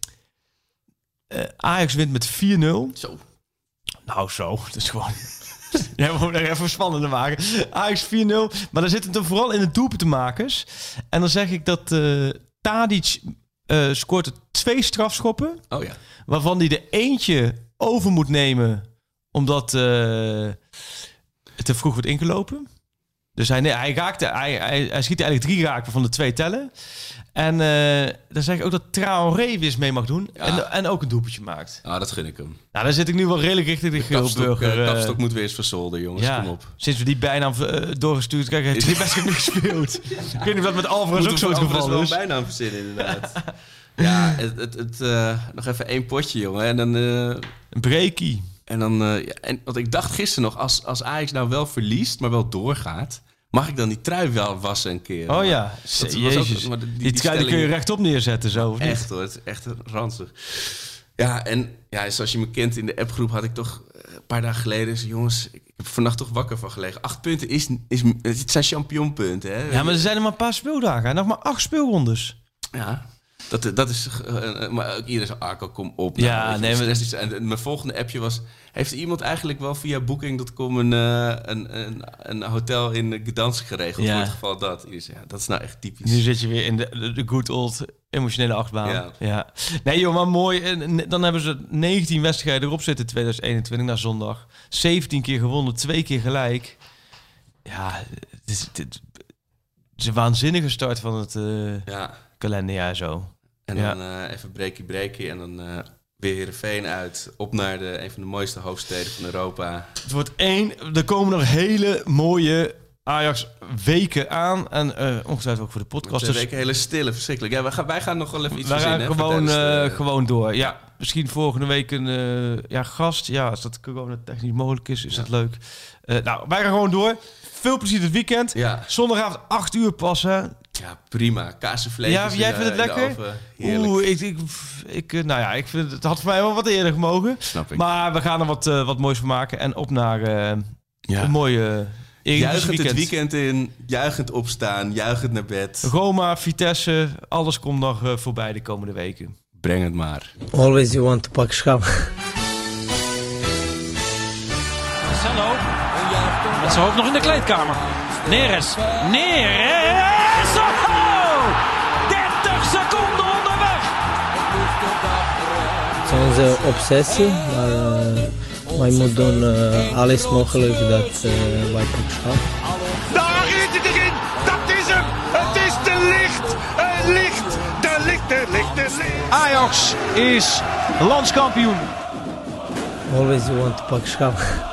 Uh, Ajax wint met vier nul. Zo. Nou, zo. Dat is gewoon... ja, we moeten er even spannender maken. Ajax vier nul. Maar dan zit het er vooral in de doelpuntenmakers. En dan zeg ik dat uh, Tadic uh, scoort er twee strafschoppen. Oh ja. Waarvan hij er eentje over moet nemen. Omdat uh, het te vroeg wordt ingelopen. Dus hij, nee, hij, raakte, hij, hij, hij schiet eigenlijk drie raken van de twee tellen. En uh, dan zeg ik ook dat Traoré weer eens mee mag doen. Ja. En, en ook een doelpuntje maakt. Ah, dat gun ik hem. Nou, dan zit ik nu wel redelijk richting de, de Gilburger. De kapstok uh, moet weer eens verzolden, jongens. Ja, kom op. Sinds we die bijnaam uh, doorgestuurd krijgen, heeft hij best niet gespeeld. Ik weet niet of dat met Alvarez ook zo het geval is. wel een bijnaam verzinnen, inderdaad. ja, het, het, het, uh, nog even één potje, jongen. En dan... Uh, een breakie. En dan... Uh, ja, en wat ik dacht gisteren nog, als, als Ajax nou wel verliest, maar wel doorgaat... Mag ik dan die trui wel wassen een keer? Oh ja, dat Jezus. Ook, maar die, die, die trui die kun je rechtop neerzetten zo. Of echt hoor, het is echt ranzig. Ja, en ja, zoals je me kent in de appgroep had ik toch een paar dagen geleden... Zo, jongens, ik heb vannacht toch wakker van gelegen. Acht punten is, is, het zijn championpunten. Hè? Ja, maar er zijn er maar een paar speeldagen. Nog maar acht speelrondes. Ja, dat, dat is... Uh, maar ook iedereen zei, Arco, kom op. Nou, ja, nee, maar... is, en mijn volgende appje was... Heeft iemand eigenlijk wel via booking punt com een, uh, een, een, een hotel in Gdansk geregeld? Ja. Voor het geval dat. Ja, dat is nou echt typisch. Nu zit je weer in de, de good old emotionele achtbaan. Ja. ja. Nee joh, maar mooi. En dan hebben ze negentien wedstrijden erop zitten in tweeduizend eenentwintig naar zondag. zeventien keer gewonnen, twee keer gelijk. Ja, het is, het is een waanzinnige start van het uh, ja. kalenderjaar zo. En ja. dan uh, even breakie breakie en dan... Uh, weer Heerenveen uit, op naar de, een van de mooiste hoofdsteden van Europa. Het wordt één, er komen nog hele mooie Ajax-weken aan. En uh, ongetwijfeld ook voor de podcast. Twee weken hele stille, verschrikkelijk. Ja, wij gaan, wij gaan nog wel even iets wij verzinnen. Wij gaan gewoon, de... uh, gewoon door. Ja, misschien volgende week een uh, ja, gast. Ja, als dat corona technisch mogelijk is, is ja. dat leuk. Uh, nou, wij gaan gewoon door. Veel plezier dit weekend. Ja. Zondagavond acht uur passen. Ja, prima. Kaasvlees. Ja, jij vindt het lekker? Oeh, ik, ik, ik, nou ja, ik vind het had voor mij wel wat eerder gemogen. Snap ik. Maar we gaan er wat, uh, wat moois van maken. En op naar uh, ja. een mooie uh, juichend weekend. het weekend in, juichend opstaan, juichend naar bed. Roma, Vitesse, alles komt nog uh, voorbij de komende weken. Breng het maar. Always you want to pak schap. Marcelo. Met zijn hoofd nog in de kleedkamer. Neres. Neres! Oh! dertig seconden onderweg! Het is onze obsessie, maar uh, wij moeten doen uh, alles mogelijk dat uh, wij pak schap. Daar is het erin! Dat is hem! Het is de licht! Het licht! De licht, de licht, de licht! Ajax is landskampioen. Always you want to pak schap.